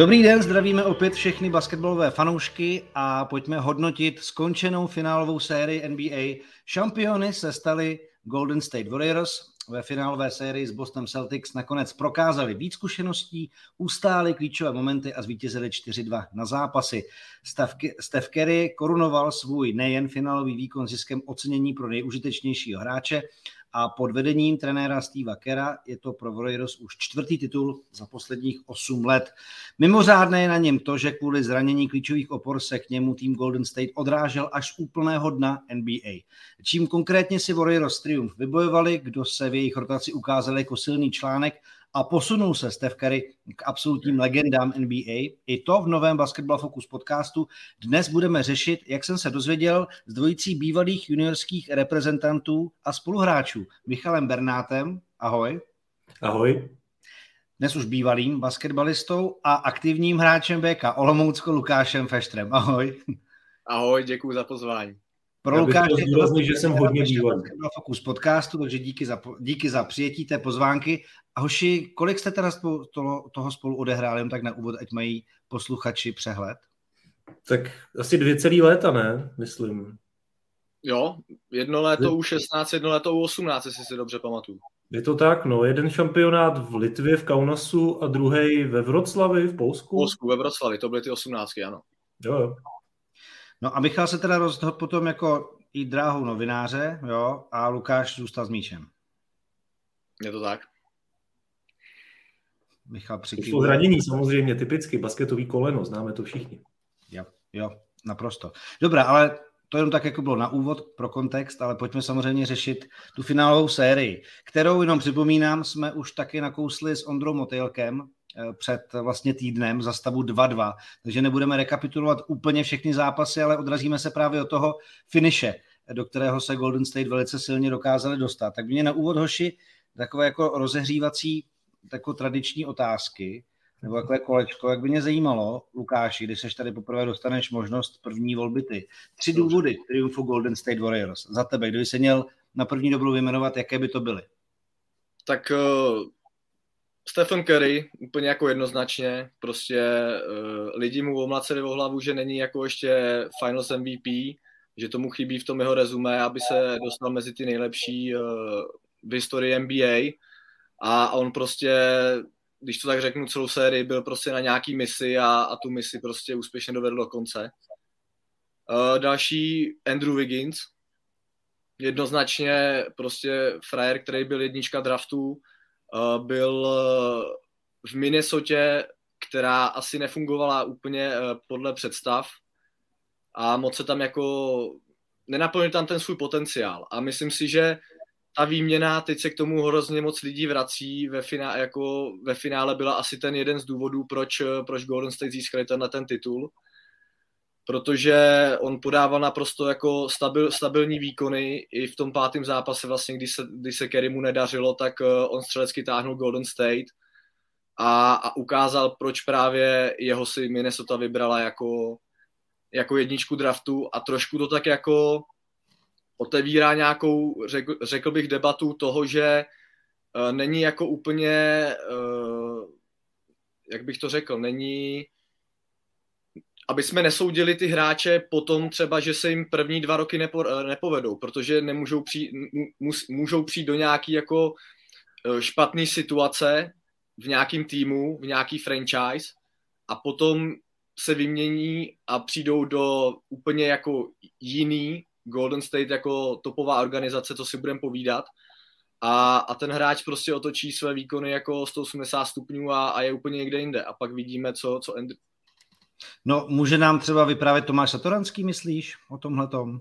Dobrý den, zdravíme opět všechny basketbalové fanoušky a pojďme hodnotit skončenou finálovou sérii NBA. Šampiony se stali Golden State Warriors. Ve finálové sérii s Boston Celtics nakonec prokázali víc zkušeností, ustáli klíčové momenty a zvítězili 4-2 na zápasy. Steph Curry korunoval svůj nejen finálový výkon ziskem ocenění pro nejužitečnějšího hráče a pod vedením trenéra Steva Kerra je to pro Warriors už 4. titul za posledních 8 let. Mimořádné je na něm to, že kvůli zranění klíčových opor se k němu tým Golden State odrážel až z úplného dna NBA. Čím konkrétně si Warriors triumf vybojovali, kdo se v jejich rotaci ukázal jako silný článek a posunul se Steph Curry k absolutním legendám NBA. I to v novém Basketball Focus podcastu dnes budeme řešit, jak jsem se dozvěděl z dvojicí bývalých juniorských reprezentantů a spoluhráčů. Michalem Bernátem, ahoj. Ahoj. Dnes už bývalým basketbalistou a aktivním hráčem BK Olomoucko Lukášem Feštrem, ahoj. Ahoj, děkuji za pozvání. Pro Lukáše že jsem hodně bývalý. Fokus podcastu, takže díky za přijetí té pozvánky. A hoši, kolik jste teda toho spolu odehráli, jen tak na úvod, ať mají posluchači přehled? Tak asi 2,5 léta, ne? Myslím. Jo, jedno léto U16, jedno léto U18, jestli si dobře pamatuju. Je to tak, no. Jeden šampionát v Litvě, v Kaunasu a druhý ve Vroclavi, v Polsku. V Polsku, ve Vroclavi, to byly ty 18, ano. Jo. No a Michal se teda rozhodl potom jako jít dráhou novináře, jo, a Lukáš zůstal s míčem. Je to tak. Michal přikývá. To zranění samozřejmě, typicky, basketový koleno, známe to všichni. Jo, naprosto. Dobrá, ale to jenom tak, jako bylo na úvod pro kontext, ale pojďme samozřejmě řešit tu finálovou sérii, kterou, jenom připomínám, jsme už taky nakousli s Ondrou Motejlkem před vlastně týdnem za stavu 2-2, takže nebudeme rekapitulovat úplně všechny zápasy, ale odrazíme se právě od toho finiše, do kterého se Golden State velice silně dokázali dostat. Tak mě na úvod, hoši, takové jako rozehřívací, takové tradiční otázky, nebo takové kolečko, jak by mě zajímalo, Lukáši, když seš tady poprvé dostaneš možnost první volby ty. 3 důvody triumfu Golden State Warriors. Za tebe, kdo by se měl na první dobrou vyjmenovat, jaké by to byly? Tak Stephen Curry, úplně jako jednoznačně, prostě lidi mu omlaceli o hlavu, že není jako ještě Finals MVP, že tomu chybí v tom jeho rezumé, aby se dostal mezi ty nejlepší v historii NBA a on prostě, když to tak řeknu, celou sérii byl prostě na nějaký misi a tu misi prostě úspěšně dovedl do konce. Další Andrew Wiggins, jednoznačně prostě frajer, který byl jednička draftu, byl v Minnesotě, která asi nefungovala úplně podle představ a moc se tam jako nenaplnil tam ten svůj potenciál. A myslím si, že ta výměna, teď se k tomu hrozně moc lidí vrací, ve finále byla asi ten jeden z důvodů, proč Golden State získali ten titul, protože on podával naprosto jako stabilní výkony i v tom 5. zápase vlastně, když se Currymu nedařilo, tak on střelecky táhnul Golden State a ukázal, proč právě jeho si Minnesota vybrala jako jedničku draftu a trošku to tak jako otevírá nějakou, řekl bych, debatu toho, že není jako úplně, jak bych to řekl, není, aby jsme nesoudili ty hráče potom třeba, že se jim první 2 roky nepovedou, protože můžou přijít do nějaký jako špatný situace v nějakým týmu, v nějaký franchise a potom se vymění a přijdou do úplně jako jiný Golden State jako topová organizace, co si budeme povídat. A ten hráč prostě otočí své výkony jako 180 stupňů a je úplně někde jinde. A pak vidíme, co Andrew. No, může nám třeba vyprávět Tomáš Satoranský, myslíš, o tomhletom?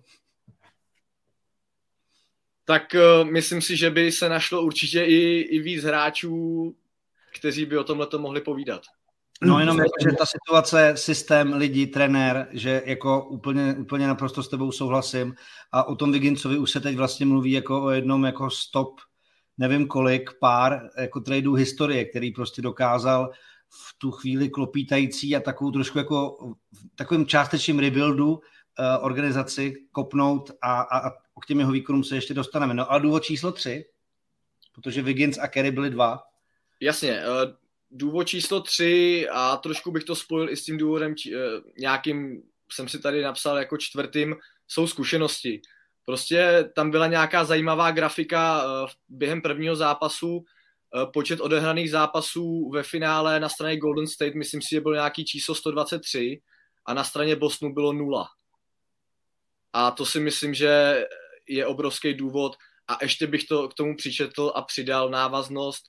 Tak myslím si, že by se našlo určitě i víc hráčů, kteří by o tomhleto mohli povídat. No jenom jako, že ta situace, systém, lidi, trenér, že jako úplně naprosto s tebou souhlasím a o tom Wigginsovi už se teď vlastně mluví jako o jednom jako stop, nevím kolik, pár jako tradeů historie, který prostě dokázal v tu chvíli klopítající a takovou trošku jako v takovým částečným rebuildu organizaci kopnout a k těm jeho výkonům se ještě dostaneme. No a důvod číslo 3, protože Wiggins a Curry byli 2. Jasně, důvod číslo 3, a trošku bych to spojil i s tím důvodem nějakým, jsem si tady napsal jako čtvrtým, jsou zkušenosti. Prostě tam byla nějaká zajímavá grafika během prvního zápasu, počet odehraných zápasů ve finále na straně Golden State, myslím si, že bylo nějaký číslo 123 a na straně Bostonu bylo 0. A to si myslím, že je obrovský důvod. A ještě bych to k tomu přičetl a přidal návaznost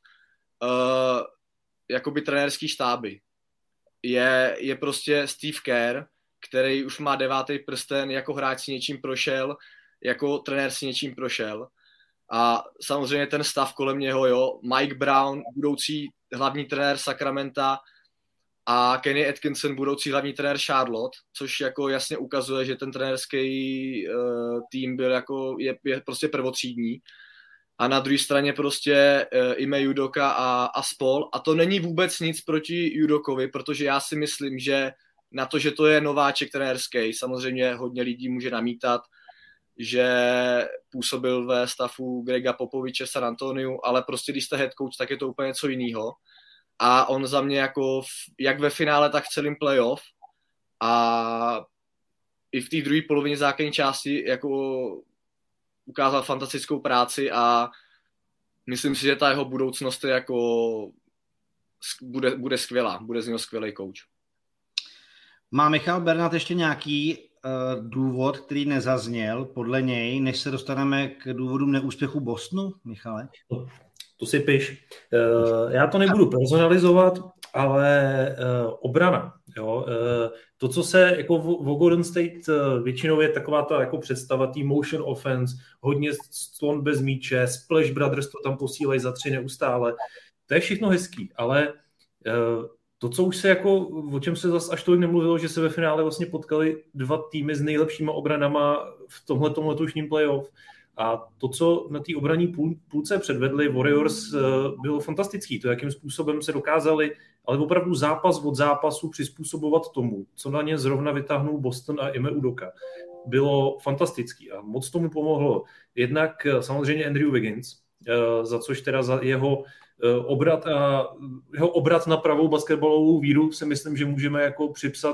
jakoby trenérský štáby. Je prostě Steve Kerr, který už má 9. prsten, jako hráč si něčím prošel, jako trenér si něčím prošel. A samozřejmě ten stav kolem něho, jo, Mike Brown, budoucí hlavní trenér Sacramenta, a Kenny Atkinson, budoucí hlavní trenér Charlotte, což jako jasně ukazuje, že ten trenérský tým byl jako, je prostě prvotřídní. A na druhé straně prostě Ime Udoka a spol. A to není vůbec nic proti Udokovi, protože já si myslím, že na to, že to je nováček trenérský, samozřejmě hodně lidí může namítat, že působil ve stafu Grega Popoviče v San Antoniu, ale prostě když jste head coach, tak je to úplně něco jiného. A on za mě jako jak ve finále, tak v celém playoff a i v té druhé polovině základní části jako ukázal fantastickou práci a myslím si, že ta jeho budoucnost je jako bude skvělá, bude z něho skvělý coach. Má Michal Bernat ještě nějaký důvod, který nezazněl podle něj, než se dostaneme k důvodům neúspěchu Bostonu, Michale? To si piš. Já to nebudu personalizovat, ale obrana. Jo? To, co se jako v Golden State většinou je taková ta jako představa tý motion offense, hodně slon bez míče, Splash Brothers to tam posílají za 3 neustále. To je všechno hezký, ale to, co už se jako, o čem se zase až tolik nemluvilo, že se ve finále vlastně potkali 2 týmy s nejlepšíma obranama v tomhletom letošním playoff. A to, co na té obranní půlce předvedli Warriors, bylo fantastický. To, jakým způsobem se dokázali, ale opravdu zápas od zápasu přizpůsobovat tomu, co na ně zrovna vytáhnul Boston a Ime Udoka. Bylo fantastický a moc tomu pomohlo. Jednak samozřejmě Andrew Wiggins, za což teda za jeho obrat na pravou basketbalovou víru si myslím, že můžeme jako připsat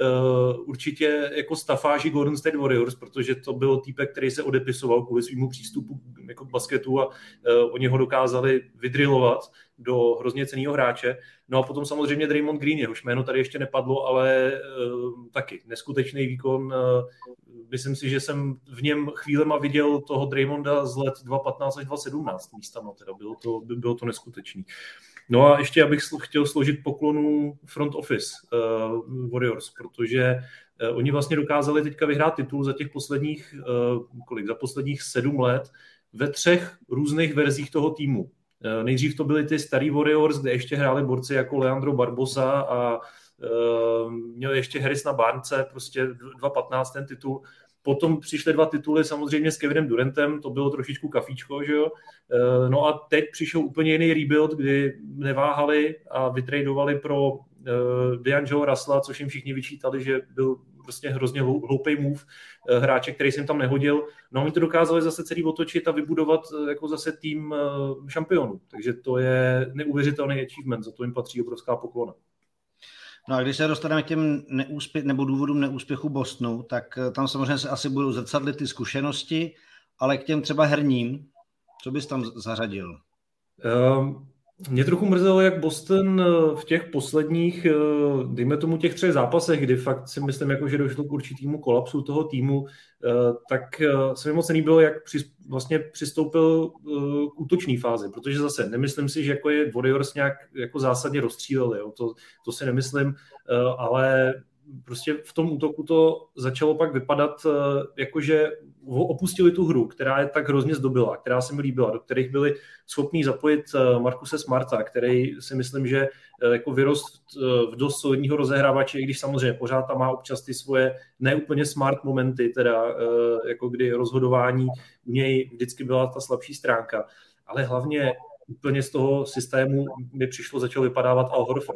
určitě jako stafáži Golden State Warriors, protože to byl týpek, který se odepisoval kvůli svýmu přístupu jako k basketu a oni ho dokázali vydrilovat do hrozně cennýho hráče. No a potom samozřejmě Draymond Green, jehož jméno tady ještě nepadlo, ale taky neskutečný výkon. Myslím si, že jsem v něm chvílema viděl toho Draymonda z let 2015 až 2017 místama, teda bylo to neskutečný. No a ještě abych chtěl složit poklonu front office Warriors, protože oni vlastně dokázali teďka vyhrát titul za těch posledních 7 let ve 3 různých verzích toho týmu. Nejdřív to byly ty starý Warriors, kde ještě hráli borci jako Leandro Barbosa a měl ještě Harrisona Barnese, prostě 2015 ten titul. Potom přišly 2 tituly samozřejmě s Kevinem Durantem, to bylo trošičku kafíčko, že jo. No a teď přišel úplně jiný rebuild, kdy neváhali a vytradovali pro D'Angelo Russella, což jim všichni vyčítali, že byl prostě hrozně hloupej move hráče, který se jim tam nehodil. No a oni to dokázali zase celý otočit a vybudovat jako zase tým šampionů. Takže to je neuvěřitelný achievement, za to jim patří obrovská poklona. No a když se dostaneme k těm nebo důvodům neúspěchu Bostonu, tak tam samozřejmě se asi budou zrcadlit ty zkušenosti, ale k těm třeba herním, co bys tam zařadil? Mě trochu mrzelo, jak Boston v těch posledních, dejme tomu těch 3 zápasech, kdy fakt si myslím, jako, že došlo k určitému kolapsu toho týmu, tak se mi moc nelíbilo, jak vlastně přistoupil k útočné fázi, protože zase nemyslím si, že jako je Warriors nějak jako zásadně rozstříleli, jo? To si nemyslím, ale prostě v tom útoku to začalo pak vypadat, jakože opustili tu hru, která je tak hrozně zdobila, která se mi líbila, do kterých byli schopní zapojit Marcuse Smarta, který si myslím, že jako vyrost v dost solidního rozehrávače, i když samozřejmě pořád tam má občas ty svoje neúplně smart momenty, teda jako kdy rozhodování u něj vždycky byla ta slabší stránka, ale hlavně úplně z toho systému mi začal vypadávat Al Horford,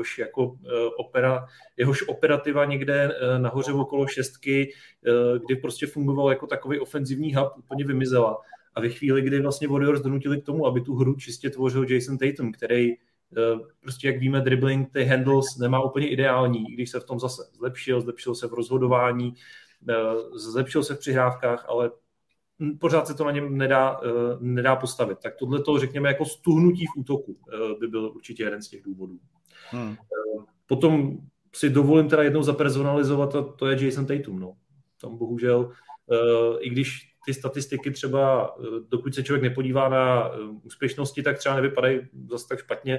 jehož operativa někde nahoře okolo 6, kdy prostě fungoval jako takový ofenzivní hub, úplně vymizela. A ve chvíli, kdy vlastně Warriors donutili k tomu, aby tu hru čistě tvořil Jason Tatum, který prostě jak víme, dribbling, ty handles nemá úplně ideální, i když se v tom zase zlepšil se v rozhodování, zlepšil se v přihrávkách, ale pořád se to na něm nedá postavit. Tak tohleto, řekněme, jako stuhnutí v útoku by byl určitě jeden z těch důvodů. Potom si dovolím teda jednou zapersonalizovat, a to je Jason Tatum. No. Tam bohužel, i když ty statistiky třeba, dokud se člověk nepodívá na úspěšnosti, tak třeba nevypadají zase tak špatně,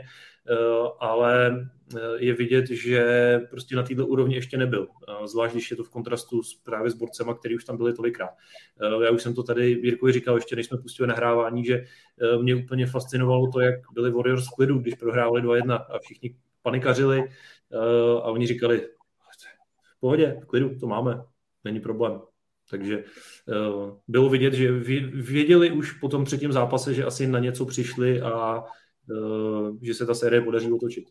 ale je vidět, že prostě na této úrovni ještě nebyl. Zvlášť, když je to v kontrastu právě s borcema, který už tam byli tolikrát. Já už jsem to tady Jirkovi říkal, ještě než jsme pustili nahrávání, že mě úplně fascinovalo to, jak byli Warriors v klidu, když prohrávali 2-1 a všichni panikařili a oni říkali, v pohodě, v klidu, to máme, není problém. Takže bylo vidět, že věděli už po tom třetím zápase, že asi na něco přišli a že se ta série podaří otočit.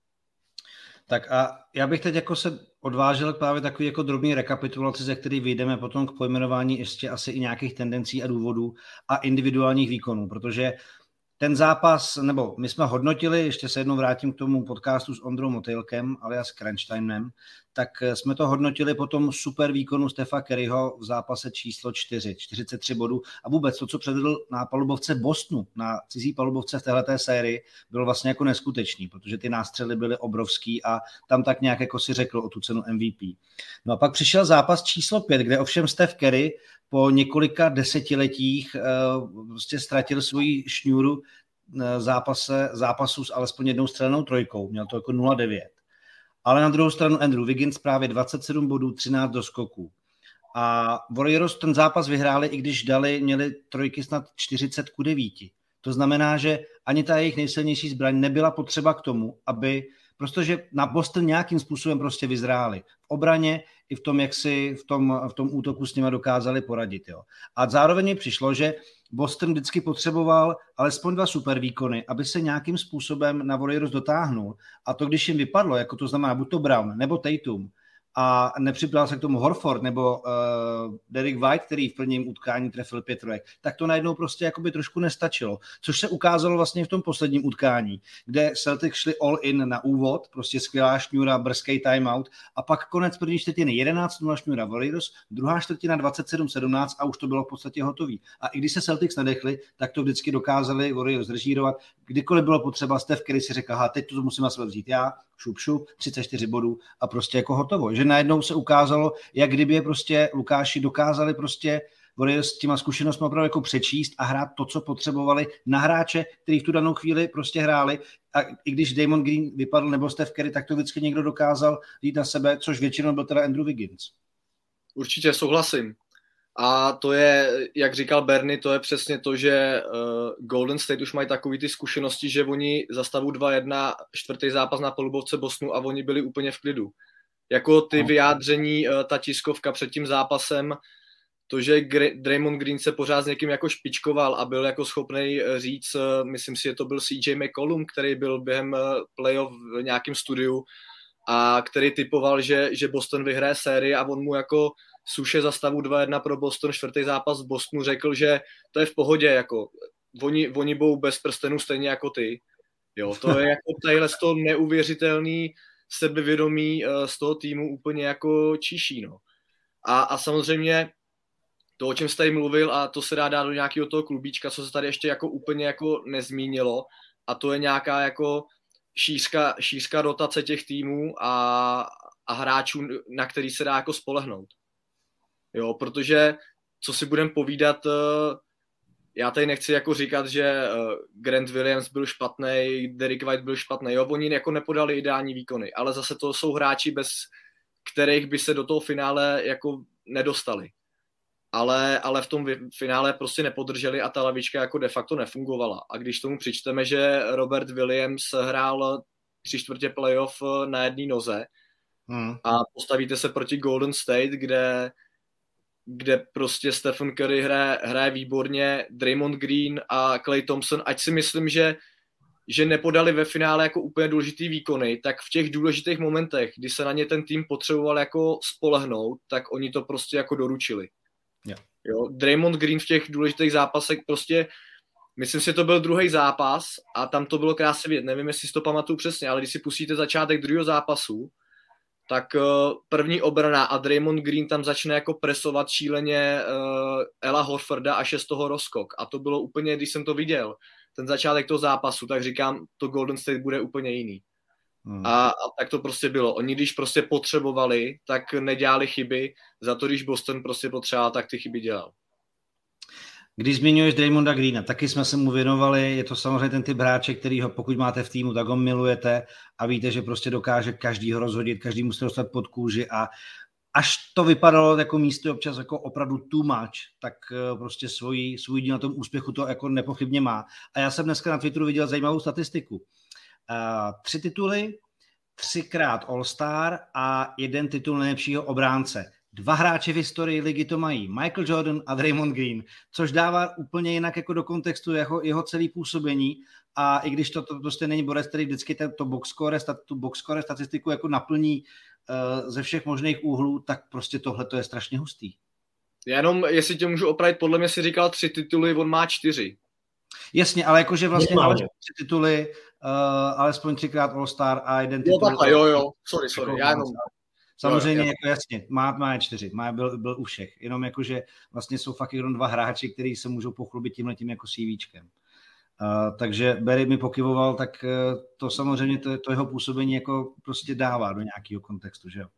Tak a já bych teď jako se odvážil právě takový jako drobný rekapitulaci, ze který vyjdeme potom k pojmenování ještě asi i nějakých tendencí a důvodů a individuálních výkonů, protože ten zápas, nebo my jsme hodnotili, ještě se jednou vrátím k tomu podcastu s Ondrou Motylkem alias Crunchtimem, tak jsme to hodnotili potom super výkonu Stefa Curryho v zápase číslo 4, 43 bodů a vůbec to, co předvedl na palubovce Bostonu, na cizí palubovce v téhleté sérii, bylo vlastně jako neskutečný, protože ty nástřely byly obrovský a tam tak nějak jako si řekl o tu cenu MVP. No a pak přišel zápas číslo 5, kde ovšem Steph Curry po několika desetiletích prostě ztratil svoji šňůru zápasu s alespoň jednou střelenou trojkou. Měl to jako 0-9. Ale na druhou stranu Andrew Wiggins právě 27 bodů, 13 doskoků. A Warriors ten zápas vyhráli, i když měli trojky snad 40-9. To znamená, že ani ta jejich nejsilnější zbraň nebyla potřeba k tomu, aby protože na Boston nějakým způsobem prostě vyzráli. V obraně i v tom, jak si v tom útoku s nimi dokázali poradit. Jo. A zároveň mi přišlo, že Boston vždycky potřeboval alespoň 2 super výkony, aby se nějakým způsobem na Warriors dotáhnul. A to, když jim vypadlo, jako to znamená buď to Brown nebo Tatum, a nepřipral se k tomu Horford nebo Derrick White, který v prvním utkání trefil 5 trojek, tak to najednou prostě jakoby trošku nestačilo. Což se ukázalo vlastně v tom posledním utkání, kde Celtics šli all in na úvod, prostě skvělá šňůra, brzký timeout a pak konec první čtvrtiny 11-0 šňůra Warriors, druhá čtvrtina 27-17 a už to bylo v podstatě hotový. A i když se Celtics nadechli, tak to vždycky dokázali Warriors režírovat. Kdykoliv bylo potřeba, Steph Curry si řekl, teď to musím na sebe vzít já, šup, 34 bodů a prostě jako hotovo. Že najednou se ukázalo, jak kdyby je prostě Lukáši dokázali prostě Warriors s těma zkušenostmi opravdu jako přečíst a hrát to, co potřebovali na hráče, který v tu danou chvíli prostě hráli. A i když Draymond Green vypadl nebo Steph Curry, tak to vždycky někdo dokázal jít na sebe, což většinou byl teda Andrew Wiggins. Určitě souhlasím. A to je, jak říkal Bernie, to je přesně to, že Golden State už mají takový ty zkušenosti, že oni za stavu 2-1 čtvrtý zápas na polubovce Bostonu a oni byli úplně v klidu. Jako ty vyjádření, ta tiskovka před tím zápasem, to, že Draymond Green se pořád s někým jako špičkoval a byl jako schopný říct, myslím si, že to byl CJ McCollum, který byl během playoff v nějakém studiu a který typoval, že Boston vyhraje sérii a on mu jako suše za stavu 2-1 pro Boston, čtvrtý zápas v Bostonu řekl, že to je v pohodě, jako oni budou bez prstenů stejně jako ty. Jo, to je jako tadyhle z toho neuvěřitelný sebevědomí z toho týmu úplně jako číší, no. A samozřejmě to, o čem jste tady mluvil, a to se dá dát do nějakého toho klubíčka, co se tady ještě jako úplně jako nezmínilo, a to je nějaká jako šířka rotace těch týmů a hráčů, na který se dá jako spolehnout. Jo, protože co si budeme povídat, já tady nechci jako říkat, že Grant Williams byl špatný, Derrick White byl špatný, jo, oni jako nepodali ideální výkony, ale zase to jsou hráči, bez kterých by se do toho finále jako nedostali. Ale v tom finále prostě nepodrželi a ta lavička jako de facto nefungovala. A když tomu přičteme, že Robert Williams hrál 3/4 playoff na jedné noze a postavíte se proti Golden State, kde prostě Stephen Curry hraje výborně, Draymond Green a Klay Thompson, ať si myslím, že nepodali ve finále jako úplně důležitý výkony, tak v těch důležitých momentech, kdy se na ně ten tým potřeboval jako spolehnout, tak oni to prostě jako doručili. Yeah. Jo, Draymond Green v těch důležitých zápasech prostě myslím si, to byl druhý zápas a tam to bylo krásně vidět. Nevím, jestli si to pamatuju přesně, ale když si pustíte začátek druhého zápasu, tak první obrana a Draymond Green tam začne jako presovat šíleně Ela Horforda až je z toho rozskok. A to bylo úplně, když jsem to viděl, ten začátek toho zápasu, tak říkám, to Golden State bude úplně jiný. A tak to prostě bylo. Oni když prostě potřebovali, tak nedělali chyby, za to když Boston prostě potřeboval, tak ty chyby dělal. Když zmiňuješ Draymonda Greena, taky jsme se mu věnovali, je to samozřejmě ten typ hráče, který ho, pokud máte v týmu, tak ho milujete a víte, že prostě dokáže každýho rozhodit, každý musí dostat pod kůži a až to vypadalo jako místo občas jako opravdu too much, tak prostě svůj díl na tom úspěchu to jako nepochybně má. A já jsem dneska na Twitteru viděl zajímavou statistiku. 3 tituly, 3x All-Star a 1 titul nejlepšího obránce. 2 hráči v historii ligy to mají, Michael Jordan a Draymond Green, což dává úplně jinak jako do kontextu jeho celý působení a i když to prostě není borec, který vždycky tu box score statistiku jako naplní ze všech možných úhlů, tak prostě tohle to je strašně hustý. Jenom, jestli tě můžu opravit, podle mě si říkal 3 tituly, on má 4. Jasně, ale jakože vlastně alespoň 3 tituly, alespoň 3x All-Star a 1 titul. Jo, sorry, já jenom... Samozřejmě, jako jasně, má 4, byl u všech, jenom jakože vlastně jsou fakt jenom 2 hráči, kteří se můžou pochlubit tímhletím jako CVčkem. Takže Barry mi pokyvoval, tak to samozřejmě to jeho působení jako prostě dává do nějakého kontextu, že jo?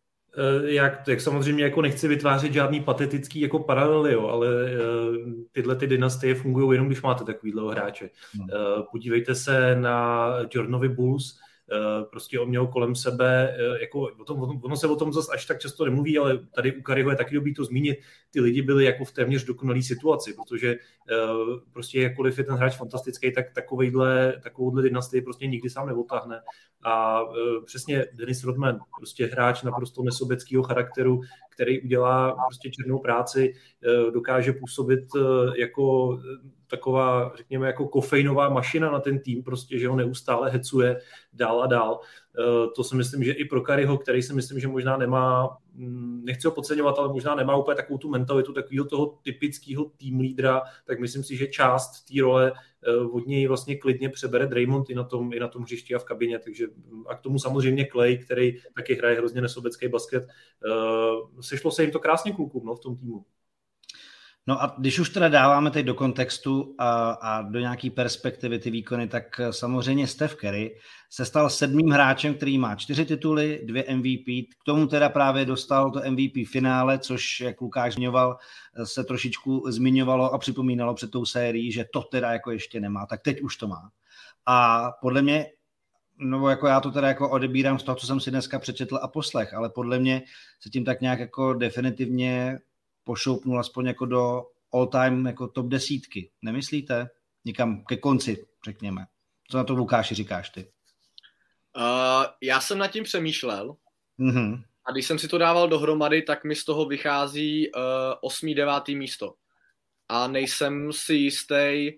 Jak samozřejmě jako nechci vytvářet žádný patetický jako paralely, jo, ale tyhle ty dynastie fungují jenom, když máte takovýhle hráče. Podívejte se na Jordanovi Bulls, prostě on měl kolem sebe, jako ono se o tom zase až tak často nemluví, ale tady u Curryho je taky dobrý to zmínit, ty lidi byli jako v téměř dokonalý situaci, protože prostě jakkoliv je ten hráč fantastický, tak takovouhle dynastii prostě nikdy sám neotáhne. A přesně Dennis Rodman, prostě hráč naprosto nesobeckého charakteru, který udělá prostě černou práci, dokáže působit jako taková, řekněme, jako kofeinová mašina na ten tým, prostě, že ho neustále hecuje dál a dál. To si myslím, že i pro Curryho, který si myslím, že možná nemá, nechci ho podceňovat, ale možná nemá úplně takovou tu mentalitu takového toho typického tým lídra, tak myslím si, že část té role od něj vlastně klidně přebere Draymond i na tom hřišti a v kabině, takže a k tomu samozřejmě Clay, který taky hraje hrozně nesobecký basket. Sešlo se jim to krásně klukům v tom týmu. No a když už teda dáváme teď do kontextu a do nějaký perspektivy ty výkony, tak samozřejmě Steph Curry se stal 7. hráčem, který má 4 tituly, 2 MVP. K tomu teda právě dostal to MVP finále, což, jak Lukáš zmiňoval, se trošičku zmiňovalo a připomínalo před tou sérií, že to teda jako ještě nemá, tak teď už to má. A podle mě, no jako já to teda jako odebírám z toho, co jsem si dneska přečetl a poslech, ale podle mě se tím tak nějak jako definitivně pošoupnul aspoň jako do all-time jako top 10. Nemyslíte? Někam ke konci, řekněme. Co na to, Lukáši, říkáš ty? Já jsem nad tím přemýšlel a když jsem si to dával dohromady, tak mi z toho vychází 8., 9. místo. A nejsem si jistý.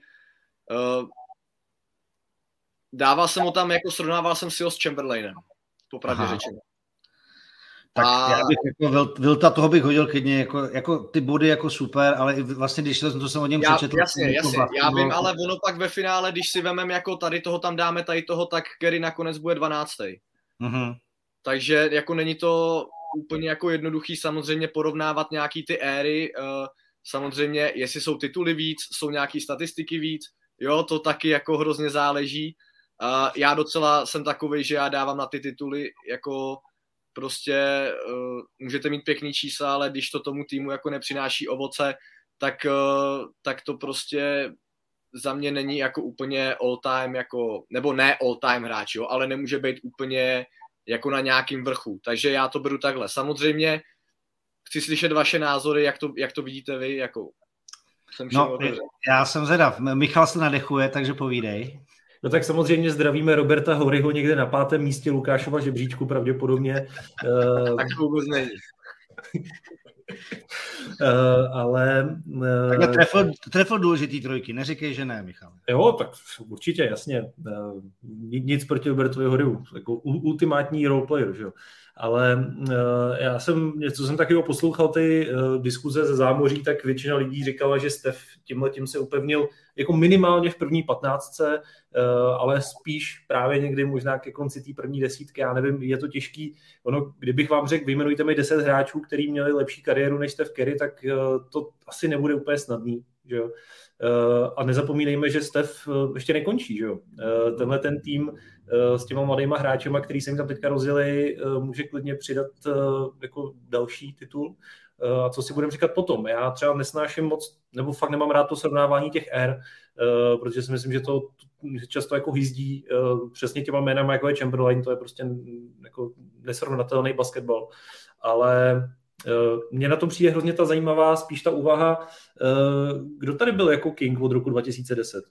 Dával jsem ho tam, jako srovnával jsem si ho s Chamberlainem. Popravdě řečeno. Tak já bych jako Wilta toho bych hodil klidně, jako ty body jako super, ale i vlastně když to jsem o něm přečetl. Jasně, já vím, ale ono pak ve finále, když si vemem jako tady toho tam dáme, tady toho, tak Curry nakonec bude 12. Takže jako není to úplně jako jednoduchý samozřejmě porovnávat nějaký ty éry, samozřejmě jestli jsou tituly víc, jsou nějaký statistiky víc, jo, to taky jako hrozně záleží. Já docela jsem takovej, že já dávám na ty tituly jako prostě můžete mít pěkný čísla, ale když to tomu týmu jako nepřináší ovoce, tak to prostě za mě není jako úplně all time, jako, nebo ne all time hráč, jo, ale nemůže být úplně jako na nějakým vrchu. Takže já to beru takhle. Samozřejmě chci slyšet vaše názory, jak to vidíte vy, jako já jsem zvědav. Michal se nadechuje, takže povídej. No tak samozřejmě zdravíme Roberta Horyho někde na 5. místě Lukášova žebříčku pravděpodobně. Tak to vůbec není. ale... Takhle trefil důležitý trojky, neříkej, že ne, Michal. Jo, tak určitě, jasně. Nic proti Robertovi Horyhu, jako ultimátní roleplayer, že jo. Ale co jsem taky poslouchal ty diskuze ze zámoří, tak většina lidí říkala, že Steph tímhletím se upevnil jako minimálně v první 15, ale spíš právě někdy možná ke konci té první 10, já nevím, je to těžký. Ono, kdybych vám řekl, vyjmenujte mi 10 hráčů, kteří měli lepší kariéru než Steph Curry, tak to asi nebude úplně snadný, že jo. A nezapomínejme, že Steph ještě nekončí, že jo. Tenhle ten tým s těma mladýma hráčema, který se jim tam teďka rozjeli, může klidně přidat jako další titul. A co si budeme říkat potom? Já třeba nesnáším moc, nebo fakt nemám rád to srovnávání těch ér, protože si myslím, že to často jako hyzdí přesně těma jménama, jako je Chamberlain, to je prostě jako nesrovnatelný basketbal. Ale mně na tom přijde hrozně ta zajímavá, spíš ta úvaha, kdo tady byl jako King od roku 2010?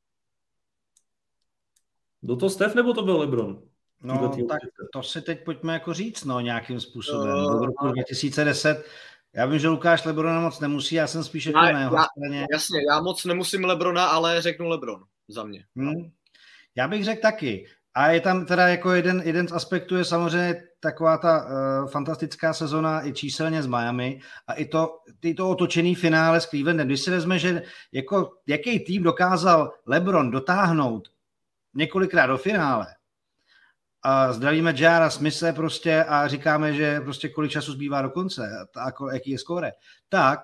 Byl to Steph, nebo to byl LeBron? No, tak to si teď pojďme jako říct, no, nějakým způsobem. Od roku 2010, já vím, že Lukáš LeBrona moc nemusí, já jsem spíš jako na jeho straně. Jasně, já moc nemusím LeBrona, ale řeknu LeBron za mě. Já bych řekl taky. A je tam teda jako jeden z aspektů je samozřejmě taková ta fantastická sezona i číselně z Miami a i to otočený finále s Clevelandem. Když si vezme, že jako jaký tým dokázal LeBron dotáhnout několikrát do finále a zdravíme J.R. Smithe prostě a říkáme, že prostě kolik času zbývá do konce a jaký je skóre, tak